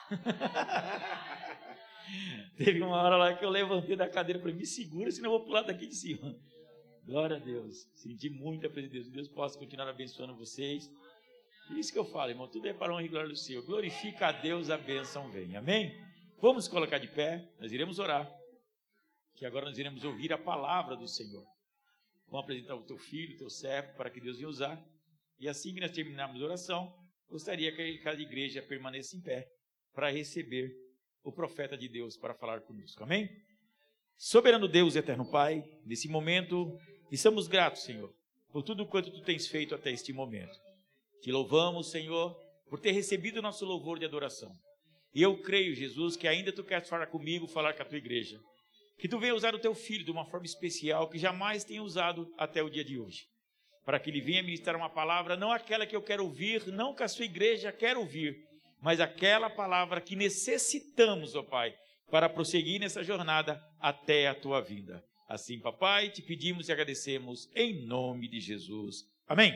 Teve uma hora lá que eu levantei da cadeira para me segura, senão eu vou pular daqui de cima. Glória a Deus. Senti muita presença de Deus. Deus possa continuar abençoando vocês. Isso que eu falo, irmão, tudo é para a honra e glória do Senhor. Glorifica a Deus, a bênção vem. Amém? Vamos colocar de pé, nós iremos orar. Que agora nós iremos ouvir a palavra do Senhor. Vamos apresentar o teu filho, o teu servo, para que Deus venha usar. E assim que nós terminarmos a oração, gostaria que cada igreja permaneça em pé para receber o profeta de Deus para falar conosco. Amém? Soberano Deus, eterno Pai, nesse momento, estamos gratos, Senhor, por tudo quanto Tu tens feito até este momento. Te louvamos, Senhor, por ter recebido o nosso louvor de adoração. E eu creio, Jesus, que ainda Tu queres falar comigo, falar com a Tua igreja. Que Tu venha usar o Teu Filho de uma forma especial que jamais tenha usado até o dia de hoje. Para que Ele venha ministrar uma palavra, não aquela que eu quero ouvir, não que a Sua igreja quer ouvir, mas aquela palavra que necessitamos, ó Pai, para prosseguir nessa jornada até a Tua vinda. Assim, Papai, Te pedimos e agradecemos em nome de Jesus. Amém.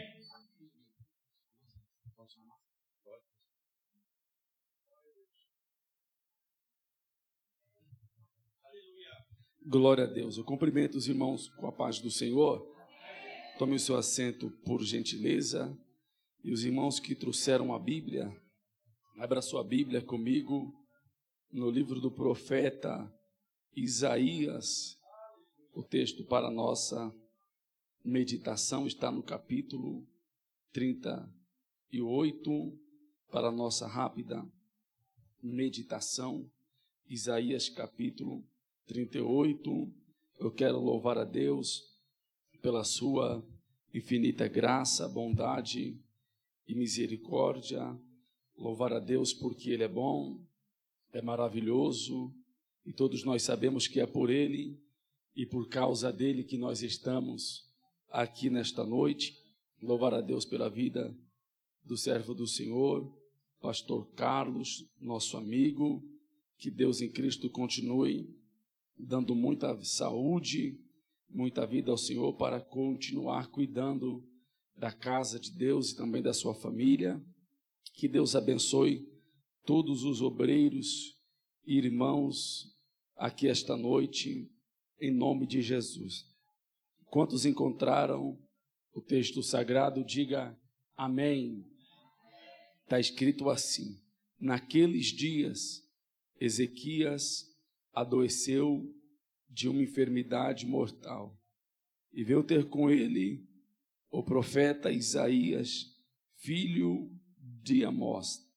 Glória a Deus. Eu cumprimento os irmãos com a paz do Senhor. Tome o seu assento, por gentileza. E os irmãos que trouxeram a Bíblia, abra sua Bíblia comigo no livro do profeta Isaías. O texto para a nossa meditação está no capítulo 38, para a nossa rápida meditação. Isaías capítulo 38. Eu quero louvar a Deus pela sua infinita graça, bondade e misericórdia. Louvar a Deus porque Ele é bom, é maravilhoso, e todos nós sabemos que é por Ele e por causa dEle que nós estamos aqui nesta noite. Louvar a Deus pela vida do servo do Senhor, pastor Carlos, nosso amigo. Que Deus em Cristo continue dando muita saúde, muita vida ao Senhor para continuar cuidando da casa de Deus e também da sua família. Que Deus abençoe todos os obreiros e irmãos aqui esta noite, em nome de Jesus. Quantos encontraram o texto sagrado, diga amém. Está escrito assim: naqueles dias, Ezequias adoeceu de uma enfermidade mortal, e veio ter com ele o profeta Isaías, filho de Amós.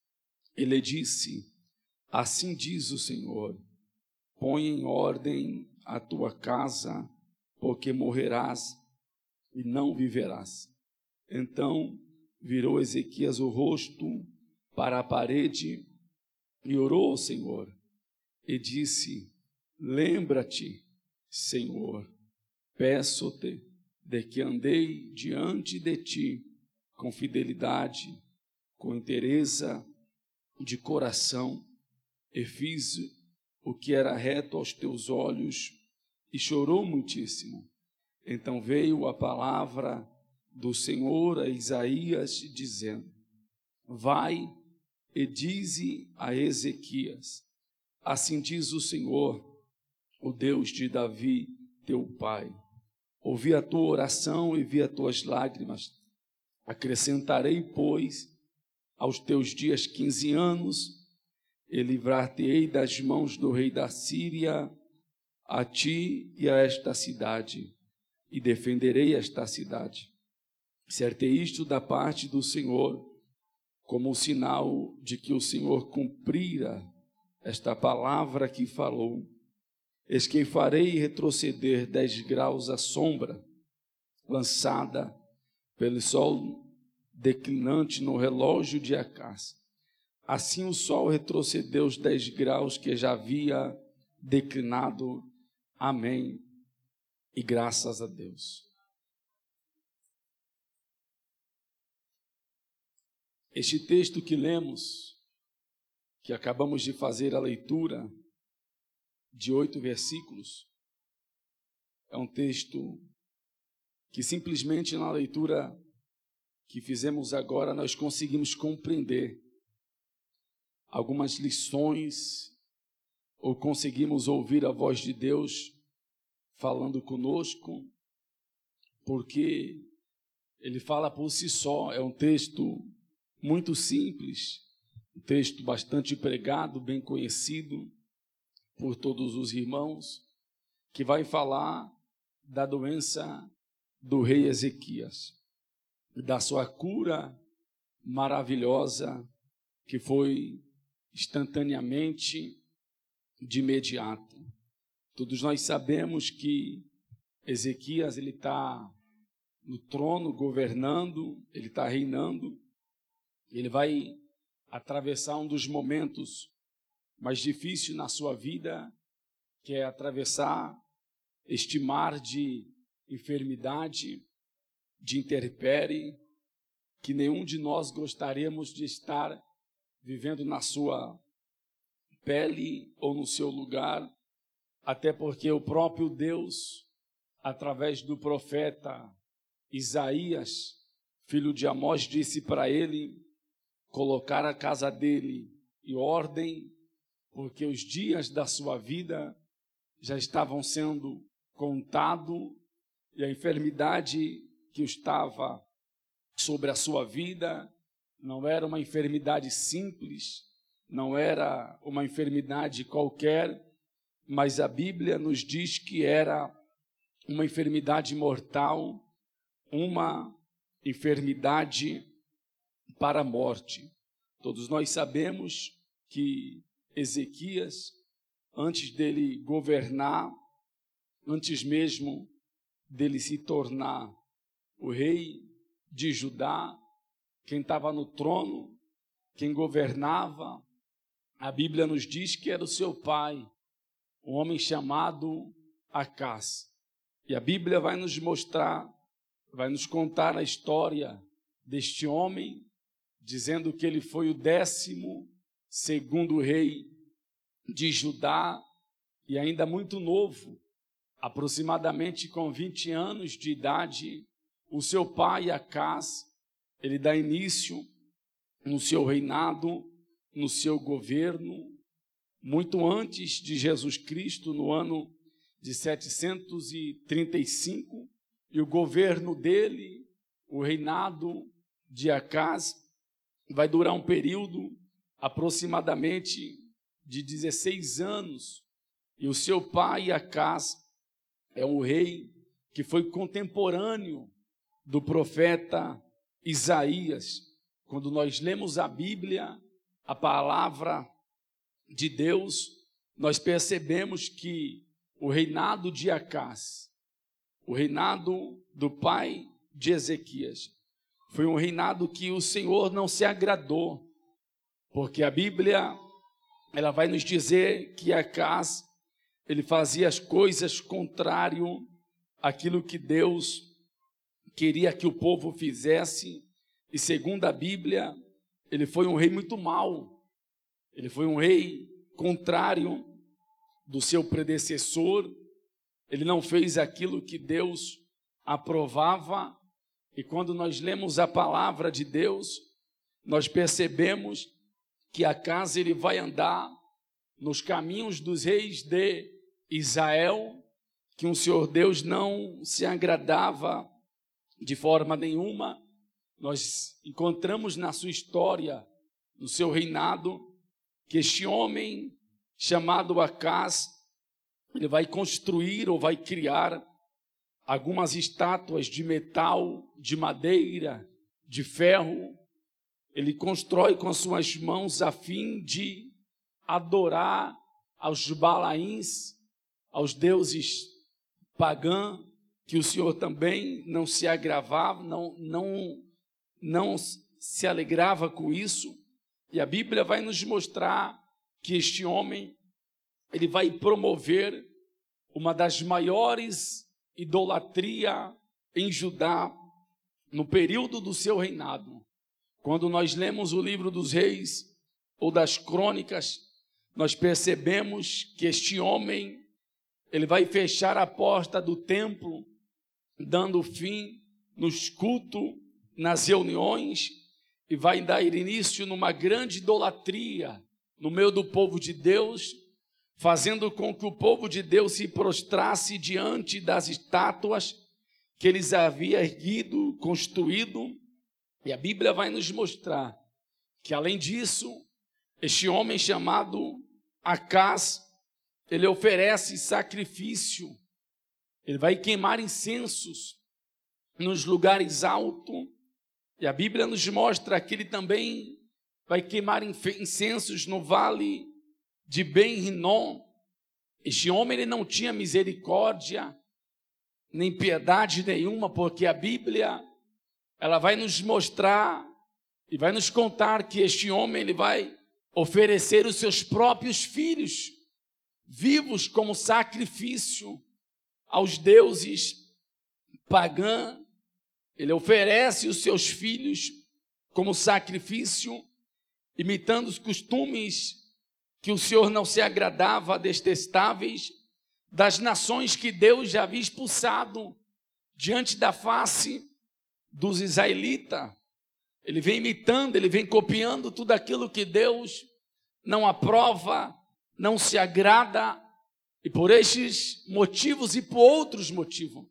ele disse: assim diz o Senhor, põe em ordem a tua casa, porque morrerás e não viverás. Então virou Ezequias o rosto para a parede e orou ao Senhor e disse: lembra-te, Senhor, peço-te de que andei diante de ti com fidelidade, com inteireza de coração, e fiz o que era reto aos teus olhos, e chorou muitíssimo. Então veio a palavra do Senhor a Isaías, dizendo: vai e dize a Ezequias: assim diz o Senhor, o Deus de Davi, teu pai, ouvi a tua oração e vi as tuas lágrimas. Acrescentarei, pois, aos teus dias 15 anos, e livrar-te-ei das mãos do rei da Síria, a ti e a esta cidade, e defenderei esta cidade. Certei isto da parte do Senhor, como sinal de que o Senhor cumprira esta palavra que falou. Eis que farei retroceder 10 graus a sombra, lançada pelo sol declinante no relógio de Acás. Assim o sol retrocedeu os 10 graus que já havia declinado. Amém. E graças a Deus. Este texto que lemos, que acabamos de fazer a leitura, de 8 versículos, é um texto que simplesmente na leitura que fizemos agora nós conseguimos compreender algumas lições, ou conseguimos ouvir a voz de Deus falando conosco, porque ele fala por si só. É um texto muito simples, um texto bastante pregado, bem conhecido por todos os irmãos, que vai falar da doença do rei Ezequias, da sua cura maravilhosa, que foi instantaneamente, de imediato. Todos nós sabemos que Ezequias ele está no trono, governando, ele está reinando, ele vai atravessar um dos momentos mais difíceis na sua vida, que é atravessar este mar de enfermidade, de intempérie, que nenhum de nós gostaríamos de estar vivendo na sua pele ou no seu lugar, até porque o próprio Deus, através do profeta Isaías, filho de Amós, disse para ele colocar a casa dele em ordem, porque os dias da sua vida já estavam sendo contados e a enfermidade que estava sobre a sua vida não era uma enfermidade simples, não era uma enfermidade qualquer, mas a Bíblia nos diz que era uma enfermidade mortal, uma enfermidade para a morte. Todos nós sabemos que Ezequias, antes dele governar, antes mesmo dele se tornar o rei de Judá, quem estava no trono, quem governava, a Bíblia nos diz que era o seu pai, um homem chamado Acás. E a Bíblia vai nos mostrar, vai nos contar a história deste homem, dizendo que ele foi o 12º rei de Judá, e ainda muito novo, aproximadamente com 20 anos de idade, o seu pai Acás, ele dá início no seu reinado, no seu governo, muito antes de Jesus Cristo, no ano de 735, e o governo dele, o reinado de Acás, vai durar um período aproximadamente de 16 anos, e o seu pai Acás é um rei que foi contemporâneo do profeta Isaías. Quando nós lemos a Bíblia a palavra de Deus, nós percebemos que o reinado de Acás, o reinado do pai de Ezequias, foi um reinado que o Senhor não se agradou, porque a Bíblia, ela vai nos dizer que Acás, ele fazia as coisas contrário àquilo que Deus queria que o povo fizesse, e segundo a Bíblia, ele foi um rei muito mau, ele foi um rei contrário do seu predecessor, ele não fez aquilo que Deus aprovava, e quando nós lemos a palavra de Deus, nós percebemos que Acás ele vai andar nos caminhos dos reis de Israel, que o Senhor Deus não se agradava de forma nenhuma. Nós encontramos na sua história, no seu reinado, que este homem chamado Acás, ele vai construir ou vai criar algumas estátuas de metal, de madeira, de ferro. Ele constrói com suas mãos a fim de adorar aos Balaíns, aos deuses pagãos, que o Senhor também não se agravava, não se alegrava com isso. E a Bíblia vai nos mostrar que este homem, ele vai promover uma das maiores idolatria em Judá no período do seu reinado. Quando nós lemos o livro dos reis ou das crônicas, nós percebemos que este homem, ele vai fechar a porta do templo, dando fim nos cultos, nas reuniões, e vai dar início numa grande idolatria no meio do povo de Deus, fazendo com que o povo de Deus se prostrasse diante das estátuas que eles haviam erguido, construído. E a Bíblia vai nos mostrar que, além disso, este homem chamado Acás, ele oferece sacrifício, ele vai queimar incensos nos lugares altos, e a Bíblia nos mostra que ele também vai queimar incensos no vale de Ben-Rinom. Este homem ele não tinha misericórdia, nem piedade nenhuma, porque a Bíblia ela vai nos mostrar e vai nos contar que este homem ele vai oferecer os seus próprios filhos vivos como sacrifício aos deuses pagãos. Ele oferece os seus filhos como sacrifício, imitando os costumes que o Senhor não se agradava, detestáveis, das nações que Deus já havia expulsado diante da face dos israelitas. Ele vem imitando, ele vem copiando tudo aquilo que Deus não aprova, não se agrada, e por estes motivos e por outros motivos,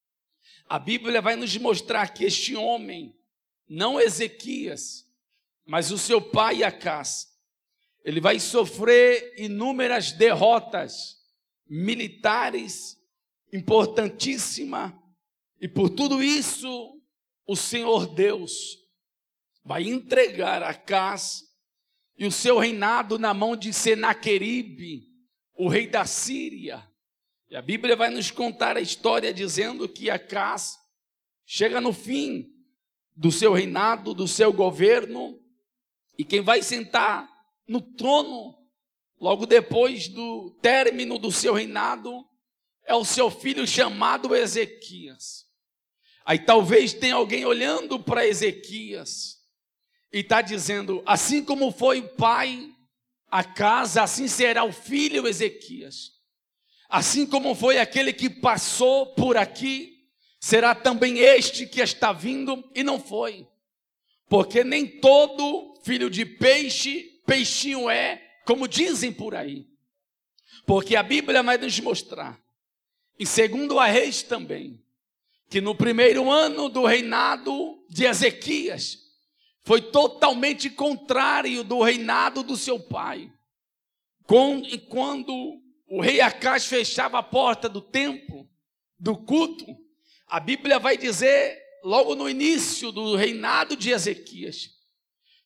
a Bíblia vai nos mostrar que este homem, não Ezequias, mas o seu pai Acás, ele vai sofrer inúmeras derrotas militares importantíssimas, e por tudo isso o Senhor Deus vai entregar Acás e o seu reinado na mão de Senaqueribe, o rei da Síria. E a Bíblia vai nos contar a história dizendo que Acás chega no fim do seu reinado, do seu governo, e quem vai sentar no trono logo depois do término do seu reinado é o seu filho chamado Ezequias. Aí talvez tenha alguém olhando para Ezequias e está dizendo, assim como foi o pai Acás, assim será o filho Ezequias. Assim como foi aquele que passou por aqui, será também este que está vindo, e não foi. Porque nem todo filho de peixe, peixinho é, como dizem por aí. Porque a Bíblia vai nos mostrar, e segundo a Reis também, que no primeiro ano do reinado de Ezequias, foi totalmente contrário do reinado do seu pai. Quando o rei Acás fechava a porta do templo, do culto, a Bíblia vai dizer, logo no início do reinado de Ezequias,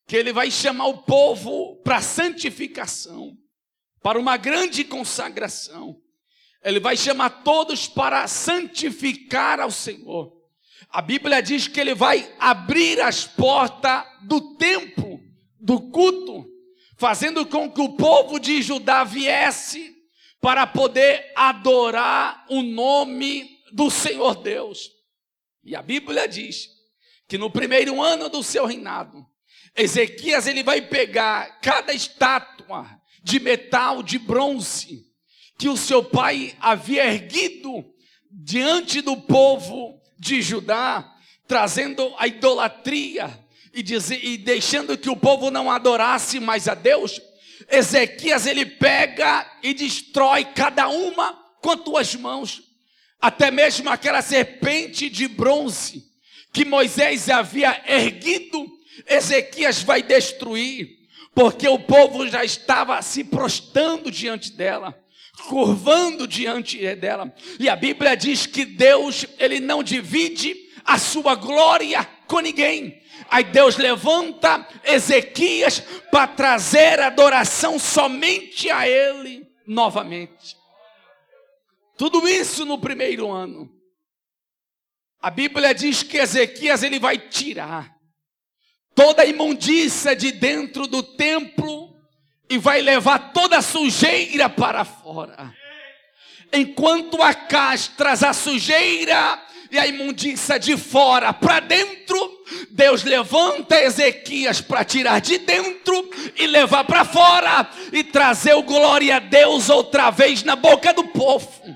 que ele vai chamar o povo para santificação, para uma grande consagração. Ele vai chamar todos para santificar ao Senhor. A Bíblia diz que ele vai abrir as portas do templo, do culto, fazendo com que o povo de Judá viesse para poder adorar o nome do Senhor Deus. E a Bíblia diz que no primeiro ano do seu reinado, Ezequias ele vai pegar cada estátua de metal, de bronze, que o seu pai havia erguido diante do povo de Judá, trazendo a idolatria e deixando que o povo não adorasse mais a Deus. Ezequias ele pega e destrói cada uma com as tuas mãos, até mesmo aquela serpente de bronze que Moisés havia erguido, Ezequias vai destruir, porque o povo já estava se prostrando diante dela, curvando diante dela. E a Bíblia diz que Deus ele não divide a sua glória com ninguém. Aí Deus levanta Ezequias para trazer adoração somente a ele novamente. Tudo isso no primeiro ano. A Bíblia diz que Ezequias ele vai tirar toda a imundícia de dentro do templo e vai levar toda a sujeira para fora. Enquanto Acaz traz a sujeira e a imundícia de fora para dentro, Deus levanta Ezequias para tirar de dentro e levar para fora e trazer o glória a Deus outra vez na boca do povo.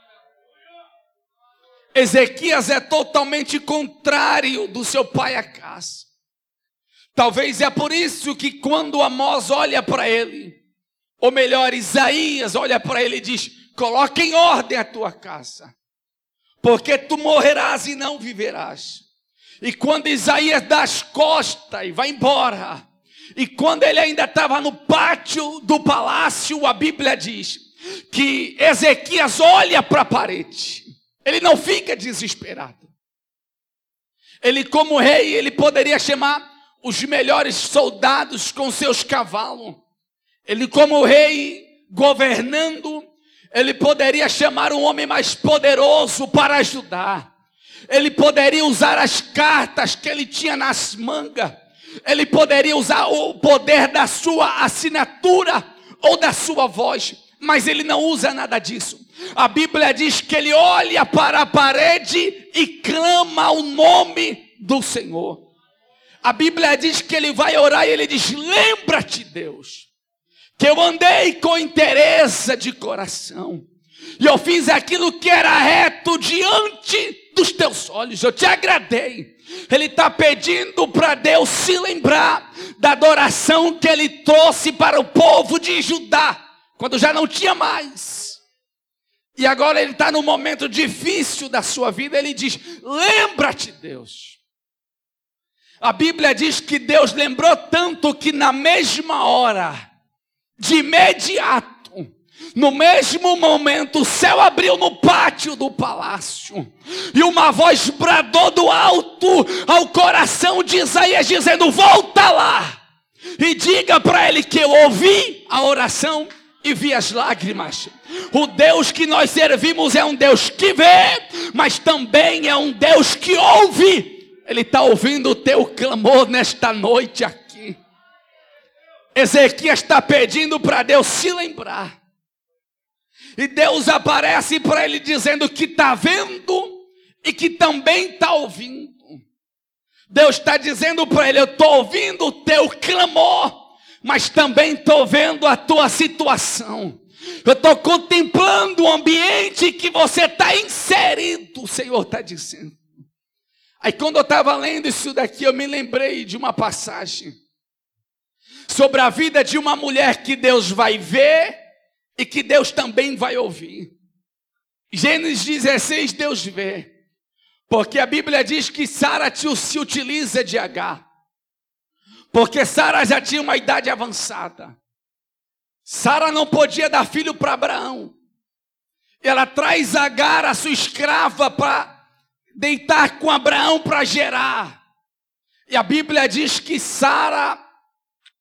Ezequias é totalmente contrário do seu pai Acaz. Talvez é por isso que quando Amós olha para ele, ou melhor, Isaías olha para ele e diz: coloca em ordem a tua casa, porque tu morrerás e não viverás. E quando Isaías dá as costas e vai embora, e quando ele ainda estava no pátio do palácio, a Bíblia diz que Ezequias olha para a parede. Ele não fica desesperado. Ele, como rei, ele poderia chamar os melhores soldados com seus cavalos. Ele, como rei, governando, ele poderia chamar um homem mais poderoso para ajudar. Ele poderia usar as cartas que ele tinha nas mangas. Ele poderia usar o poder da sua assinatura ou da sua voz. Mas ele não usa nada disso. A Bíblia diz que ele olha para a parede e clama o nome do Senhor. A Bíblia diz que ele vai orar e ele diz: lembra-te, Deus, que eu andei com interesse de coração, e eu fiz aquilo que era reto diante dos teus olhos, eu te agradei. Ele está pedindo para Deus se lembrar da adoração que ele trouxe para o povo de Judá, quando já não tinha mais. E agora ele está num momento difícil da sua vida, ele diz: lembra-te, Deus. A Bíblia diz que Deus lembrou tanto que na mesma hora, de imediato, no mesmo momento, o céu abriu no pátio do palácio, e uma voz bradou do alto ao coração de Isaías, dizendo: volta lá e diga para ele que eu ouvi a oração e vi as lágrimas. O Deus que nós servimos é um Deus que vê, mas também é um Deus que ouve. Ele está ouvindo o teu clamor nesta noite aqui. Ezequias está pedindo para Deus se lembrar. E Deus aparece para ele dizendo que está vendo e que também está ouvindo. Deus está dizendo para ele: eu estou ouvindo o teu clamor, mas também estou vendo a tua situação. Eu estou contemplando o ambiente que você está inserido, o Senhor está dizendo. Aí quando eu estava lendo isso daqui, eu me lembrei de uma passagem sobre a vida de uma mulher que Deus vai ver e que Deus também vai ouvir. Gênesis 16, Deus vê, porque a Bíblia diz que Sara se utiliza de Agar, porque Sara já tinha uma idade avançada. Sara não podia dar filho para Abraão. Ela traz Agar, a sua escrava, para deitar com Abraão para gerar. E a Bíblia diz que Sara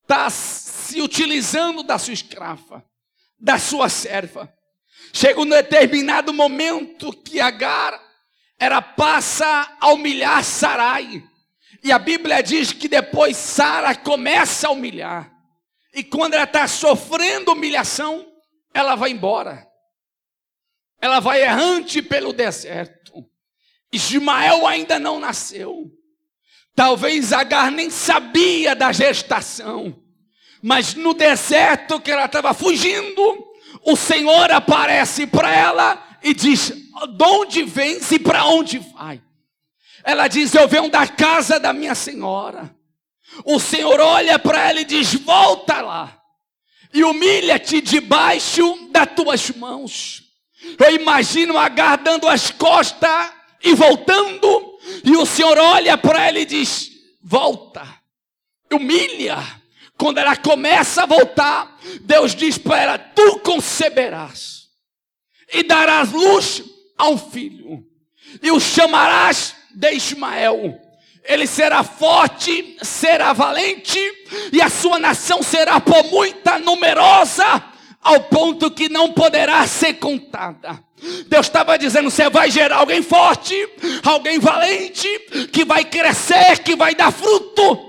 está se utilizando da sua escrava, da sua serva. Chega um determinado momento que Agar, ela passa a humilhar Sarai. E a Bíblia diz que depois Sara começa a humilhar. E quando ela está sofrendo humilhação, ela vai embora. Ela vai errante pelo deserto. Ismael ainda não nasceu. Talvez Agar nem sabia da gestação. Mas no deserto que ela estava fugindo, o Senhor aparece para ela e diz: de onde vens e para onde vai? Ela diz: eu venho da casa da minha senhora. O Senhor olha para ela e diz: volta lá e humilha-te debaixo das tuas mãos. Eu imagino Agar dando as costas e voltando, e o Senhor olha para ela e diz: volta, humilha. Quando ela começa a voltar, Deus diz para ela: tu conceberás e darás luz a um filho, e o chamarás de Ismael. Ele será forte, será valente, e a sua nação será por muita numerosa, ao ponto que não poderá ser contada. Deus estava dizendo: você vai gerar alguém forte, alguém valente, que vai crescer, que vai dar fruto.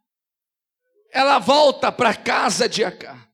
Ela volta para a casa de Agar.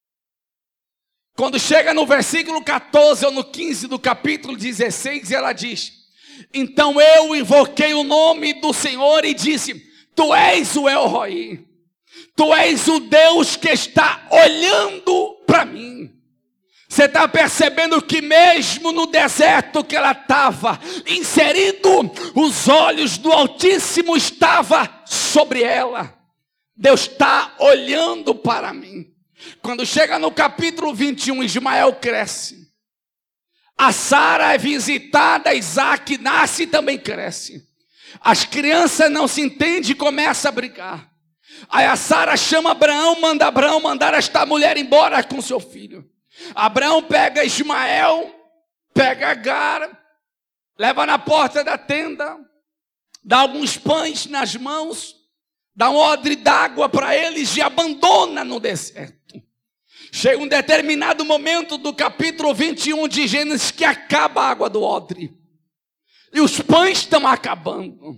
Quando chega no versículo 14 ou no 15 do capítulo 16, ela diz: então eu invoquei o nome do Senhor e disse: tu és o El Roi, tu és o Deus que está olhando para mim. Você está percebendo que mesmo no deserto que ela estava inserido, os olhos do Altíssimo estavam sobre ela. Deus está olhando para mim. Quando chega no capítulo 21, Ismael cresce. A Sara é visitada, Isaac nasce e também cresce. As crianças não se entendem e começam a brigar. Aí a Sara chama Abraão, manda Abraão mandar esta mulher embora com seu filho. Abraão pega Ismael, pega Agar, leva na porta da tenda, dá alguns pães nas mãos, dá um odre d'água para eles e abandona no deserto. Chega um determinado momento do capítulo 21 de Gênesis que acaba a água do odre. E os pães estão acabando.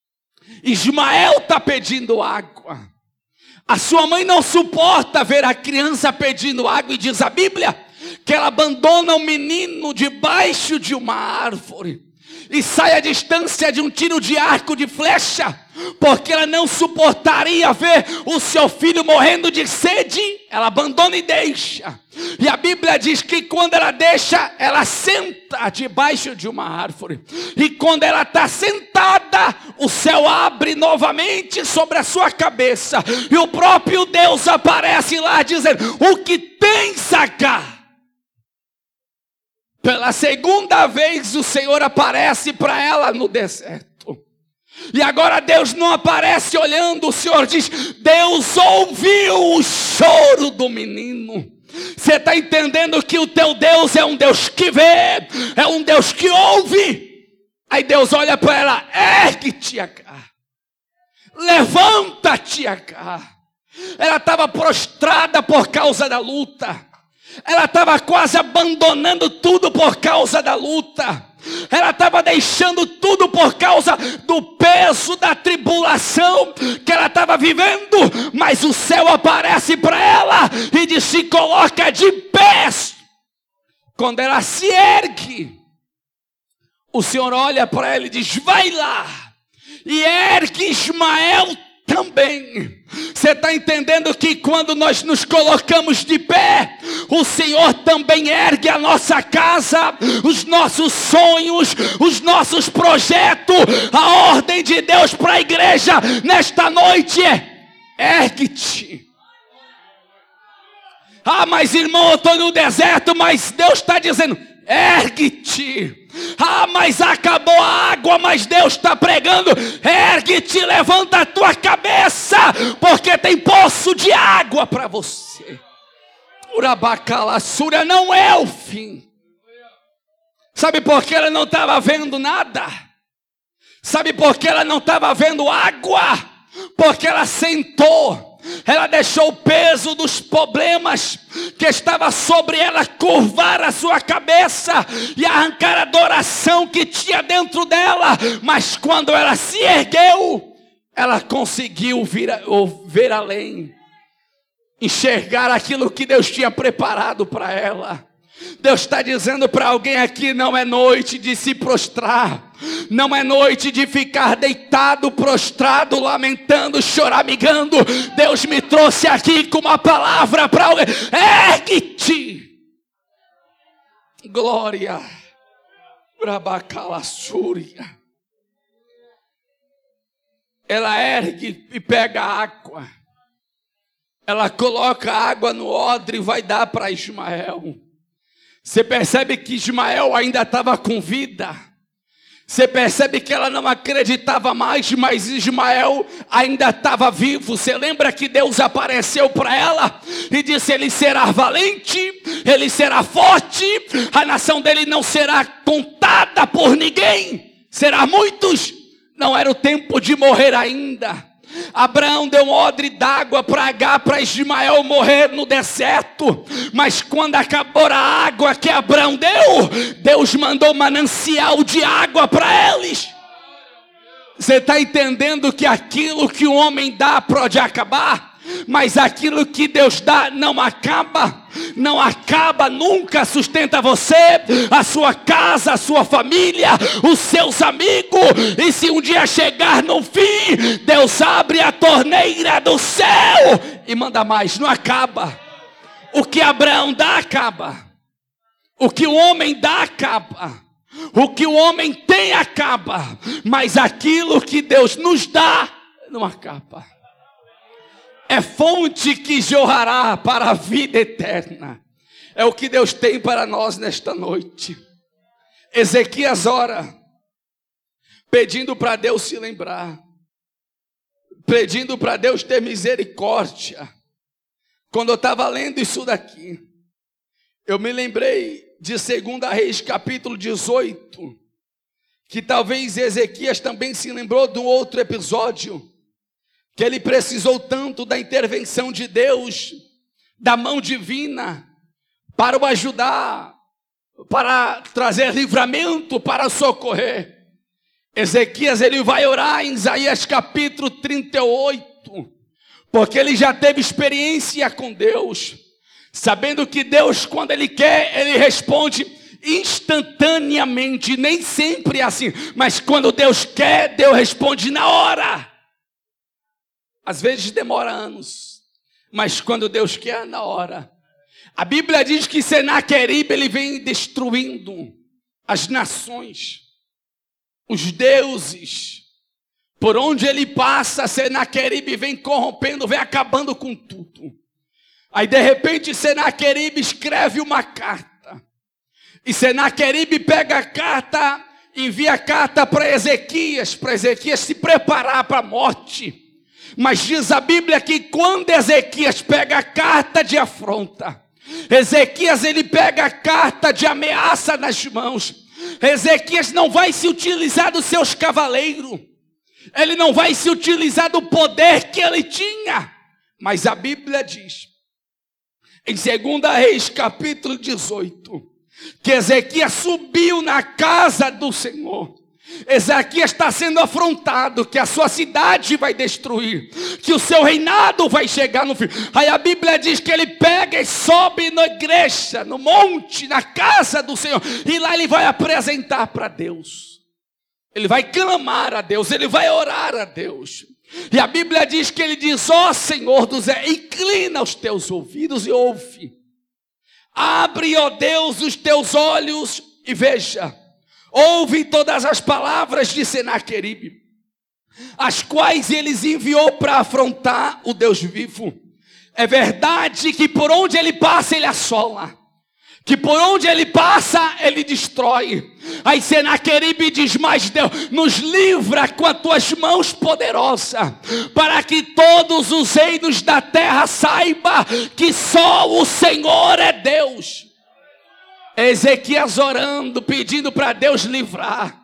Ismael está pedindo água. A sua mãe não suporta ver a criança pedindo água e diz a Bíblia que ela abandona o menino debaixo de uma árvore e sai à distância de um tiro de arco de flecha, porque ela não suportaria ver o seu filho morrendo de sede. Ela abandona e deixa. E a Bíblia diz que quando ela deixa, ela senta debaixo de uma árvore. E quando ela está sentada, o céu abre novamente sobre a sua cabeça. E o próprio Deus aparece lá dizendo: o que tens, Agar? Pela segunda vez o Senhor aparece para ela no deserto. E agora Deus não aparece olhando, o Senhor diz: Deus ouviu o choro do menino. Você está entendendo que o teu Deus é um Deus que vê, é um Deus que ouve. Aí Deus olha para ela: ergue-te, Agar, levanta-te, Agar. Ela estava prostrada por causa da luta. Ela estava quase abandonando tudo por causa da luta. Ela estava deixando tudo por causa do peso da tribulação que ela estava vivendo. Mas o céu aparece para ela e diz: se coloca de pé. Quando ela se ergue, o Senhor olha para ela e diz: vai lá e ergue Ismael também. Você está entendendo que quando nós nos colocamos de pé, o Senhor também ergue a nossa casa, os nossos sonhos, os nossos projetos. A ordem de Deus para a igreja nesta noite é: ergue-te. Ah, mas irmão, eu estou no deserto, mas Deus está dizendo: ergue-te. Ah, mas acabou a água, mas Deus está pregando: ergue-te, levanta a tua cabeça, porque tem poço de água para você. Urabacalassura não é o fim. Sabe por que ela não estava vendo nada? Sabe por que ela não estava vendo água? Porque ela sentou. Ela deixou o peso dos problemas que estava sobre ela curvar a sua cabeça e arrancar a adoração que tinha dentro dela. Mas quando ela se ergueu, ela conseguiu ver além, enxergar aquilo que Deus tinha preparado para ela. Deus está dizendo para alguém aqui: não é noite de se prostrar, não é noite de ficar deitado, prostrado, lamentando, choramingando. Deus me trouxe aqui com uma palavra para alguém: ergue-te. Glória. Brabacalassúria. Ela ergue e pega água. Ela coloca água no odre e vai dar para Ismael. Você percebe que Ismael ainda estava com vida. Você percebe que ela não acreditava mais, mas Ismael ainda estava vivo. Você lembra que Deus apareceu para ela e disse: ele será valente, ele será forte, a nação dele não será contada por ninguém, será muitos. Não era o tempo de morrer ainda. Abraão deu um odre d'água para Agar, para Ismael morrer no deserto. Mas quando acabou a água que Abraão deu, Deus mandou manancial de água para eles. Você está entendendo que aquilo que o homem dá pode acabar, mas aquilo que Deus dá não acaba. Não acaba, nunca sustenta você, a sua casa, a sua família, os seus amigos. E se um dia chegar no fim, Deus abre a torneira do céu e manda mais. Não acaba. O que Abraão dá acaba. O que o homem dá acaba. O que o homem tem acaba. Mas aquilo que Deus nos dá não acaba. É fonte que jorrará para a vida eterna. É o que Deus tem para nós nesta noite. Ezequias ora, pedindo para Deus se lembrar, pedindo para Deus ter misericórdia. Quando eu estava lendo isso daqui, eu me lembrei de 2 Reis capítulo 18, que talvez Ezequias também se lembrou de um outro episódio, que ele precisou tanto da intervenção de Deus, da mão divina, para o ajudar, para trazer livramento, para socorrer. Ezequias, ele vai orar em Isaías capítulo 38, porque ele já teve experiência com Deus, sabendo que Deus, quando ele quer, ele responde instantaneamente. Nem sempre é assim, mas quando Deus quer, Deus responde na hora. Às vezes demora anos, mas quando Deus quer, na hora. A Bíblia diz que Senaqueribe, ele vem destruindo as nações, os deuses. Por onde ele passa, Senaqueribe vem corrompendo, vem acabando com tudo. Aí de repente Senaqueribe escreve uma carta. E Senaqueribe pega a carta, envia a carta para Ezequias se preparar para a morte. Mas diz a Bíblia que quando Ezequias pega a carta de afronta, Ezequias ele pega a carta de ameaça nas mãos, Ezequias não vai se utilizar dos seus cavaleiros, ele não vai se utilizar do poder que ele tinha, mas a Bíblia diz, em 2 Reis capítulo 18, que Ezequias subiu na casa do Senhor. Ezequias está sendo afrontado, que a sua cidade vai destruir, que o seu reinado vai chegar no fim. Aí a Bíblia diz que ele pega e sobe na igreja, no monte, na casa do Senhor, e lá ele vai apresentar para Deus, ele vai clamar a Deus, ele vai orar a Deus. E a Bíblia diz que ele diz: ó Senhor do céu, inclina os teus ouvidos e ouve, abre, ó Deus, os teus olhos e veja. Ouve todas as palavras de Senaqueribe, as quais eles enviou para afrontar o Deus vivo. É verdade que por onde ele passa, ele assola, que por onde ele passa, ele destrói. Aí Senaqueribe diz: mas Deus, nos livra com as tuas mãos poderosas, para que todos os reinos da terra saibam que só o Senhor é Deus. Ezequias orando, pedindo para Deus livrar.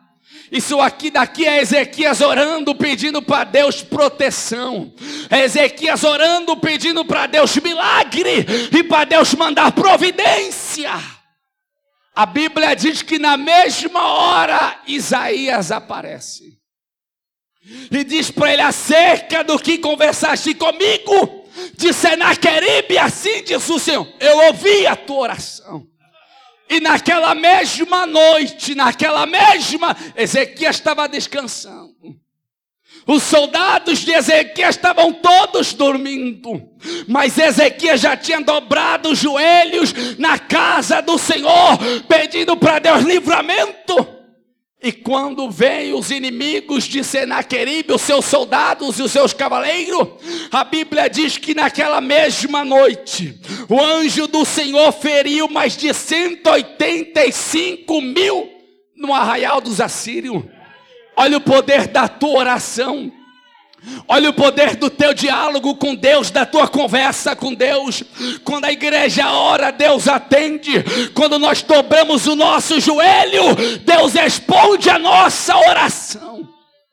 Isso aqui daqui é Ezequias orando, pedindo para Deus proteção. É Ezequias orando, pedindo para Deus milagre e para Deus mandar providência. A Bíblia diz que na mesma hora Isaías aparece e diz para ele: acerca do que conversaste comigo de Senaqueribe, assim diz o Senhor, eu ouvi a tua oração. E naquela mesma noite, Ezequias estava descansando. Os soldados de Ezequias estavam todos dormindo, mas Ezequias já tinha dobrado os joelhos na casa do Senhor, pedindo para Deus livramento. E quando veio os inimigos de Senaqueribe, os seus soldados e os seus cavaleiros, a Bíblia diz que naquela mesma noite, o anjo do Senhor feriu mais de 185 mil no arraial dos assírios. Olha o poder da tua oração. Olha o poder do teu diálogo com Deus, da tua conversa com Deus. Quando a igreja ora, Deus atende. Quando nós dobramos o nosso joelho, Deus responde a nossa oração.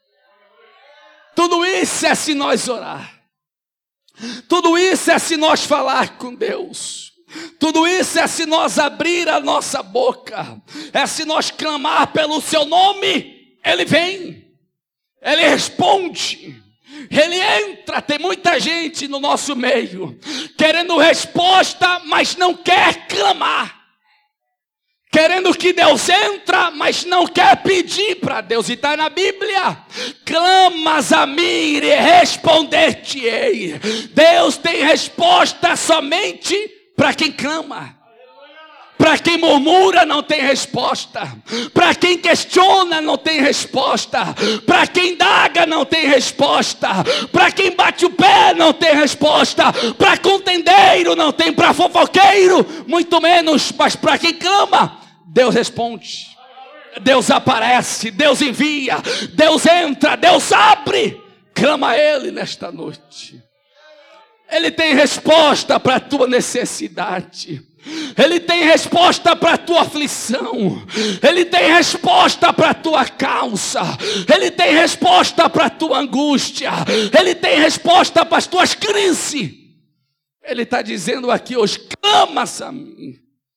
Tudo isso é se nós orar. Tudo isso é se nós falar com Deus. Tudo isso é se nós abrir a nossa boca. É se nós clamar pelo seu nome. Ele vem. Ele responde. Ele entra. Tem muita gente no nosso meio querendo resposta, mas não quer clamar. Querendo que Deus entra, mas não quer pedir para Deus. E está na Bíblia: clamas a mim e responder-te-ei. Deus tem resposta somente para quem clama. Para quem murmura não tem resposta. Para quem questiona não tem resposta. Para quem indaga não tem resposta. Para quem bate o pé não tem resposta. Para contendeiro não tem. Para fofoqueiro muito menos. Mas para quem clama, Deus responde. Deus aparece. Deus envia. Deus entra. Deus abre. Clama a Ele nesta noite. Ele tem resposta para a tua necessidade. Ele tem resposta para a tua aflição. Ele tem resposta para a tua causa. Ele tem resposta para a tua angústia. Ele tem resposta para as tuas crises. Ele está dizendo aqui hoje: clamas a mim,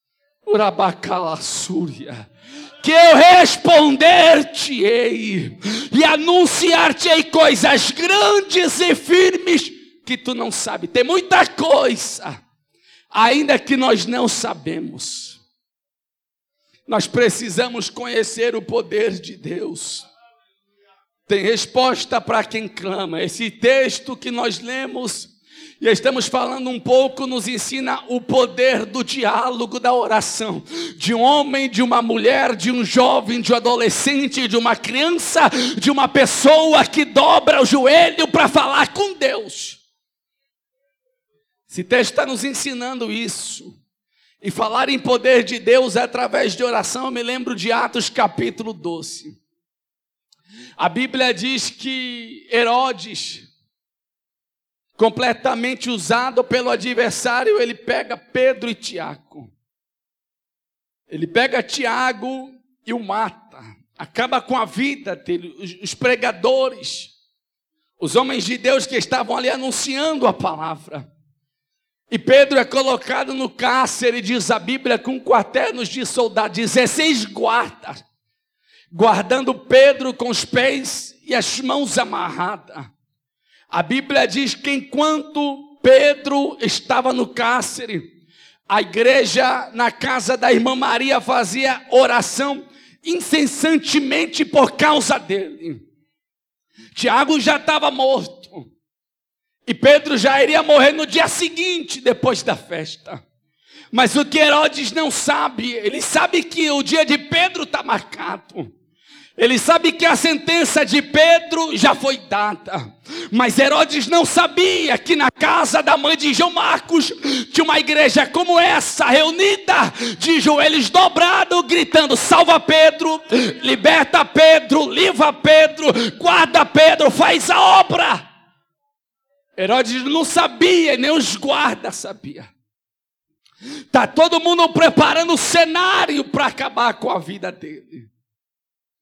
Urabacalassúria, que eu responder-te-ei e anunciar-te-ei coisas grandes e firmes que tu não sabes. Tem muita coisa ainda que nós não sabemos. Nós precisamos conhecer o poder de Deus. Tem resposta para quem clama. Esse texto que nós lemos e estamos falando um pouco nos ensina o poder do diálogo, da oração. De um homem, de uma mulher, de um jovem, de um adolescente, de uma criança, de uma pessoa que dobra o joelho para falar com Deus. Esse texto está nos ensinando isso. E falar em poder de Deus é através de oração. Eu me lembro de Atos capítulo 12. A Bíblia diz que Herodes, completamente usado pelo adversário, ele pega Pedro e Tiago. Ele pega Tiago e o mata. Acaba com a vida dele. Os pregadores, os homens de Deus que estavam ali anunciando a palavra. E Pedro é colocado no cárcere, diz a Bíblia, com quarternos de soldados, 16 guardas, guardando Pedro com os pés e as mãos amarradas. A Bíblia diz que enquanto Pedro estava no cárcere, a igreja na casa da irmã Maria fazia oração incessantemente por causa dele. Tiago já estava morto. E Pedro já iria morrer no dia seguinte, depois da festa. Mas o que Herodes não sabe, ele sabe que o dia de Pedro está marcado. Ele sabe que a sentença de Pedro já foi dada. Mas Herodes não sabia que na casa da mãe de João Marcos tinha uma igreja como essa, reunida, de joelhos dobrados, gritando: salva Pedro, liberta Pedro, livra Pedro, guarda Pedro, faz a obra. Herodes não sabia, nem os guardas sabiam. Está todo mundo preparando o cenário para acabar com a vida dele.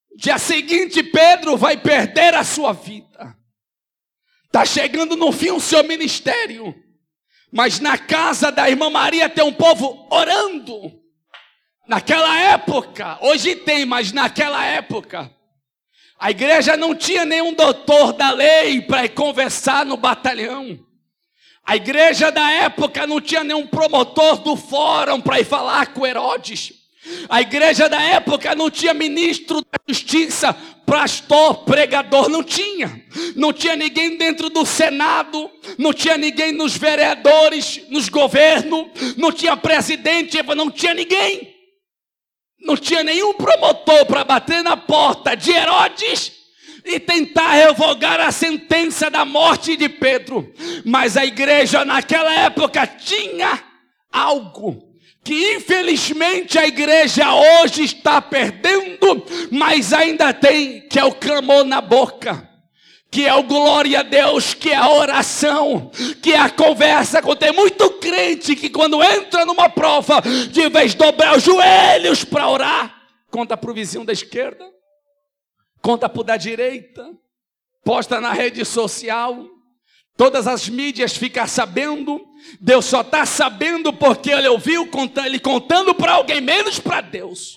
Dia seguinte, Pedro vai perder a sua vida. Está chegando no fim o seu ministério. Mas na casa da irmã Maria tem um povo orando. Naquela época, hoje tem, mas naquela época, a igreja não tinha nenhum doutor da lei para ir conversar no batalhão. A igreja da época não tinha nenhum promotor do fórum para ir falar com Herodes. A igreja da época não tinha ministro da justiça, pastor, pregador, não tinha. Não tinha ninguém dentro do Senado, não tinha ninguém nos vereadores, nos governos, não tinha presidente, não tinha ninguém. Não tinha nenhum promotor para bater na porta de Herodes e tentar revogar a sentença da morte de Pedro. Mas a igreja naquela época tinha algo que infelizmente a igreja hoje está perdendo, mas ainda tem, que é o clamor na boca, que é o glória a Deus, que é a oração, que é a conversa. Tem muito crente que quando entra numa prova, de vez de dobrar os joelhos para orar, conta para o vizinho da esquerda, conta para o da direita, posta na rede social, todas as mídias ficam sabendo. Deus só está sabendo porque ele ouviu ele contando para alguém, menos para Deus.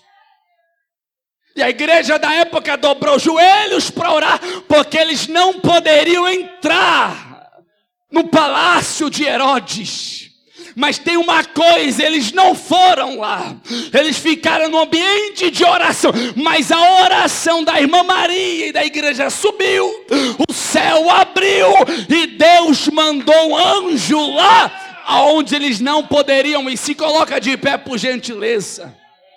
E a igreja da época dobrou os joelhos para orar, porque eles não poderiam entrar no palácio de Herodes. Mas tem uma coisa, eles não foram lá, eles ficaram no ambiente de oração. Mas a oração da irmã Maria e da igreja subiu, o céu abriu e Deus mandou um anjo lá aonde eles não poderiam ir. Se coloca de pé, por gentileza.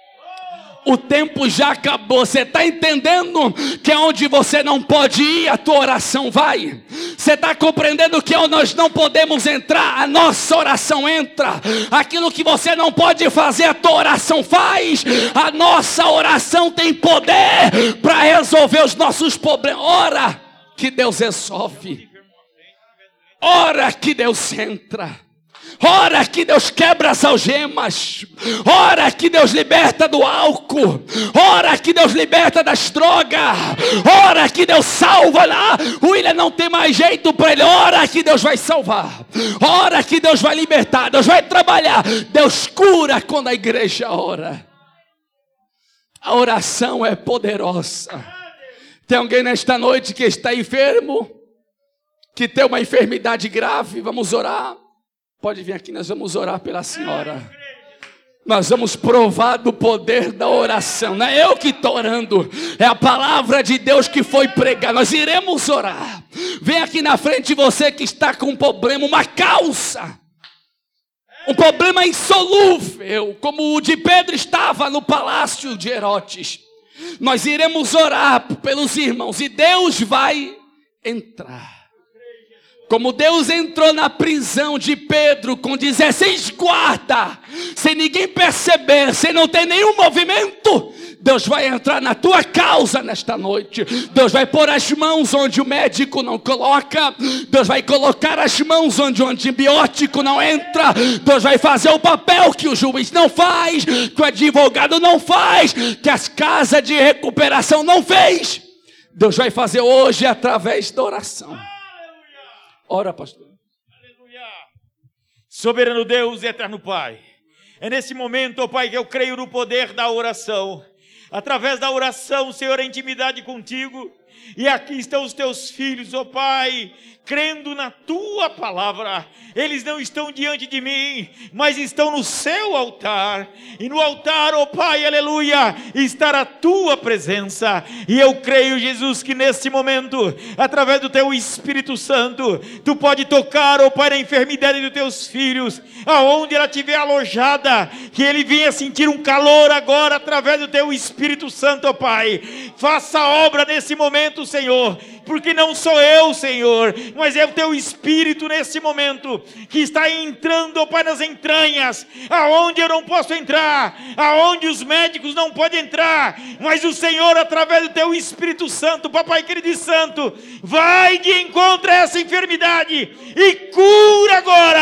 O tempo já acabou. Você está entendendo que é onde você não pode ir, a tua oração vai? Você está compreendendo que onde nós não podemos entrar, a nossa oração entra? Aquilo que você não pode fazer, a tua oração faz. A nossa oração tem poder para resolver os nossos problemas. Ora que Deus resolve. Ora que Deus entra. Ora que Deus quebra as algemas. Ora que Deus liberta do álcool. Ora que Deus liberta das drogas. Ora que Deus salva lá. O William não tem mais jeito para ele. Ora que Deus vai salvar. Ora que Deus vai libertar. Deus vai trabalhar. Deus cura quando a igreja ora. A oração é poderosa. Tem alguém nesta noite que está enfermo, que tem uma enfermidade grave? Vamos orar. Pode vir aqui, nós vamos orar pela senhora. Nós vamos provar do poder da oração. Não é eu que estou orando, é a palavra de Deus que foi pregada. Nós iremos orar. Vem aqui na frente você que está com um problema, uma causa, um problema insolúvel, como o de Pedro estava no palácio de Herodes. Nós iremos orar pelos irmãos e Deus vai entrar. Como Deus entrou na prisão de Pedro com 16 guardas, sem ninguém perceber, sem não ter nenhum movimento, Deus vai entrar na tua causa nesta noite. Deus vai pôr as mãos onde o médico não coloca. Deus vai colocar as mãos onde o antibiótico não entra. Deus vai fazer o papel que o juiz não faz, que o advogado não faz, que as casas de recuperação não fez. Deus vai fazer hoje através da oração. Ora, pastor. Aleluia. Soberano Deus e eterno Pai, é nesse momento, ó Pai, que eu creio no poder da oração. Através da oração, Senhor, a intimidade contigo. E aqui estão os teus filhos, ó Pai, crendo na tua palavra. Eles não estão diante de mim, mas estão no seu altar. E no altar, ó Pai, aleluia, está a tua presença. E eu creio, Jesus, que neste momento, através do teu Espírito Santo, tu pode tocar, ó Pai, na enfermidade dos teus filhos, aonde ela estiver alojada, que ele venha sentir um calor agora, através do teu Espírito Santo, ó Pai. Faça a obra nesse momento, Senhor, porque não sou eu, Senhor, mas é o teu Espírito nesse momento, que está entrando, ó Pai, nas entranhas, aonde eu não posso entrar, aonde os médicos não podem entrar, mas o Senhor, através do teu Espírito Santo, Papai querido e santo, vai de encontro a essa enfermidade, e cura agora,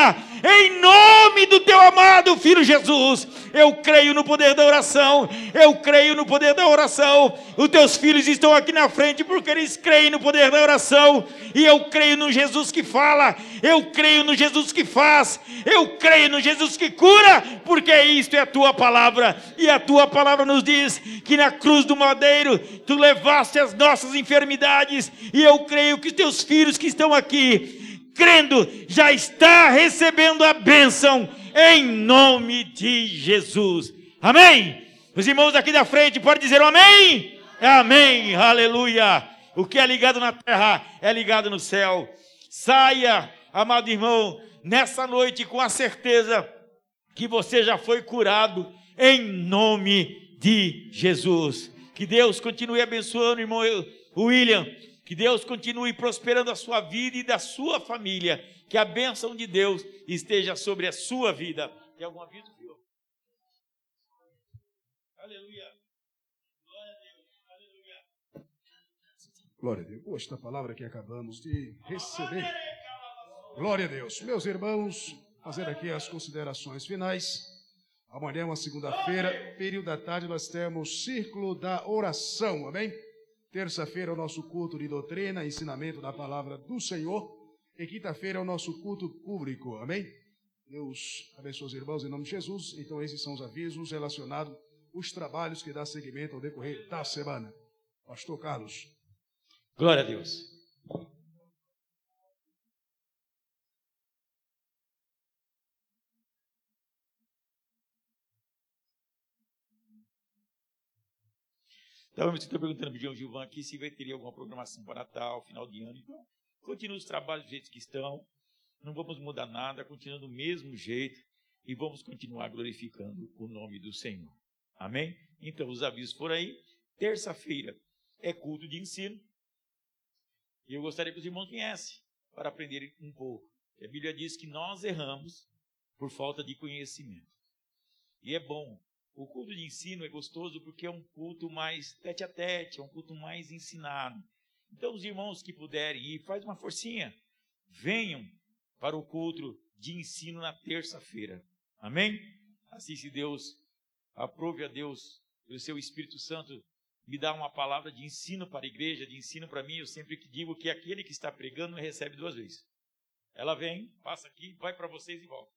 em nome do teu amado Filho Jesus. Eu creio no poder da oração, eu creio no poder da oração. Os teus filhos estão aqui na frente porque eles creem no poder da oração, e eu creio no Jesus que fala, eu creio no Jesus que faz, eu creio no Jesus que cura, porque isto é a tua palavra, e a tua palavra nos diz que na cruz do madeiro tu levaste as nossas enfermidades, e eu creio que os teus filhos que estão aqui, crendo, já está recebendo a bênção, em nome de Jesus. Amém? Os irmãos aqui da frente podem dizer um amém? Amém, aleluia. O que é ligado na terra é ligado no céu. Saia, amado irmão, nessa noite com a certeza que você já foi curado, em nome de Jesus. Que Deus continue abençoando, irmão William. Que Deus continue prosperando a sua vida e da sua família. Que a bênção de Deus esteja sobre a sua vida. Tem algum aviso, filho? Aleluia. Glória a Deus. Aleluia. Glória a Deus. Esta palavra que acabamos de receber. Glória a Deus. Meus irmãos, fazer aqui as considerações finais. Amanhã é uma segunda-feira, período da tarde, nós temos Círculo da Oração, amém? Terça-feira é o nosso culto de doutrina, ensinamento da palavra do Senhor. E quinta-feira é o nosso culto público, amém? Deus abençoe os irmãos em nome de Jesus. Então esses são os avisos relacionados aos trabalhos que dá seguimento ao decorrer da semana. Pastor Carlos. Glória a Deus. Então, eu estou perguntando para o João Gilvan aqui se vai ter alguma programação para Natal, final de ano. Então, continue os trabalhos do jeito que estão. Não vamos mudar nada, continua do mesmo jeito. E vamos continuar glorificando o nome do Senhor. Amém? Então, os avisos por aí. Terça-feira é culto de ensino. E eu gostaria que os irmãos viessem para aprenderem um pouco. A Bíblia diz que nós erramos por falta de conhecimento. E é bom. O culto de ensino é gostoso porque é um culto mais tete a tete, é um culto mais ensinado. Então, os irmãos que puderem ir, faz uma forcinha. Venham para o culto de ensino na terça-feira. Amém? Assim, se Deus aprove a Deus, pelo seu Espírito Santo, me dá uma palavra de ensino para a igreja, de ensino para mim, eu sempre digo que aquele que está pregando não recebe duas vezes. Ela vem, passa aqui, vai para vocês e volta.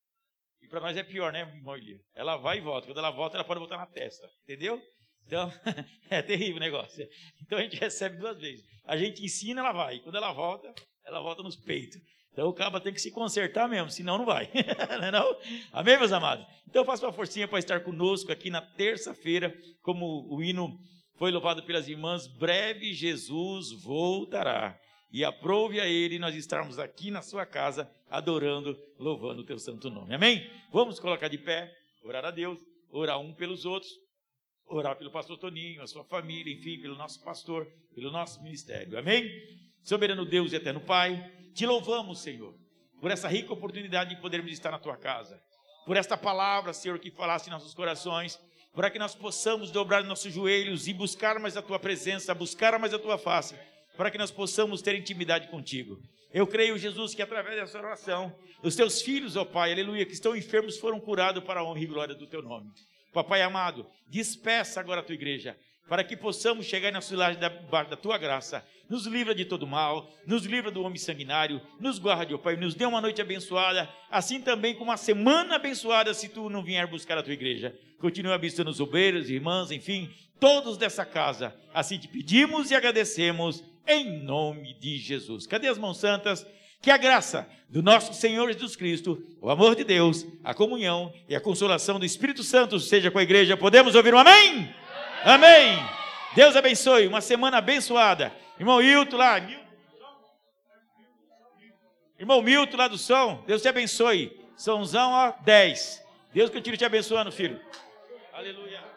E para nós é pior, né, irmão Elia? Ela vai e volta. Quando ela volta, ela pode voltar na testa. Entendeu? Então, é terrível o negócio. Então, a gente recebe duas vezes. A gente ensina, ela vai. E quando ela volta nos peitos. Então, o cabo tem que se consertar mesmo, senão não vai. Não é não? Amém, meus amados? Então, faça uma forcinha para estar conosco aqui na terça-feira, como o hino foi louvado pelas irmãs. Breve Jesus voltará. E aprove a Ele nós estarmos aqui na sua casa, adorando, louvando o teu santo nome. Amém? Vamos colocar de pé, orar a Deus, orar um pelos outros, orar pelo pastor Toninho, a sua família, enfim, pelo nosso pastor, pelo nosso ministério. Amém? Soberano Deus e eterno Pai, te louvamos, Senhor, por essa rica oportunidade de podermos estar na tua casa, por esta palavra, Senhor, que falaste em nossos corações, para que nós possamos dobrar nossos joelhos e buscar mais a tua presença, buscar mais a tua face, para que nós possamos ter intimidade contigo. Eu creio, Jesus, que através dessa oração, os teus filhos, ó Pai, aleluia, que estão enfermos, foram curados para a honra e glória do teu nome. Papai amado, despeça agora a tua igreja, para que possamos chegar na sua da tua graça. Nos livra de todo mal, nos livra do homem sanguinário, nos guarde, ó Pai, nos dê uma noite abençoada, assim também como uma semana abençoada, se tu não vier buscar a tua igreja. Continua abençoando os obreiros, irmãs, enfim, todos dessa casa. Assim te pedimos e agradecemos, em nome de Jesus. Cadê as mãos santas? Que a graça do nosso Senhor Jesus Cristo, o amor de Deus, a comunhão e a consolação do Espírito Santo seja com a igreja. Podemos ouvir um amém? Amém! Deus abençoe, uma semana abençoada. Irmão Hilton lá, irmão Milton lá do som, Deus te abençoe. Somzão, ó, 10. Deus continue te abençoando, filho. Aleluia.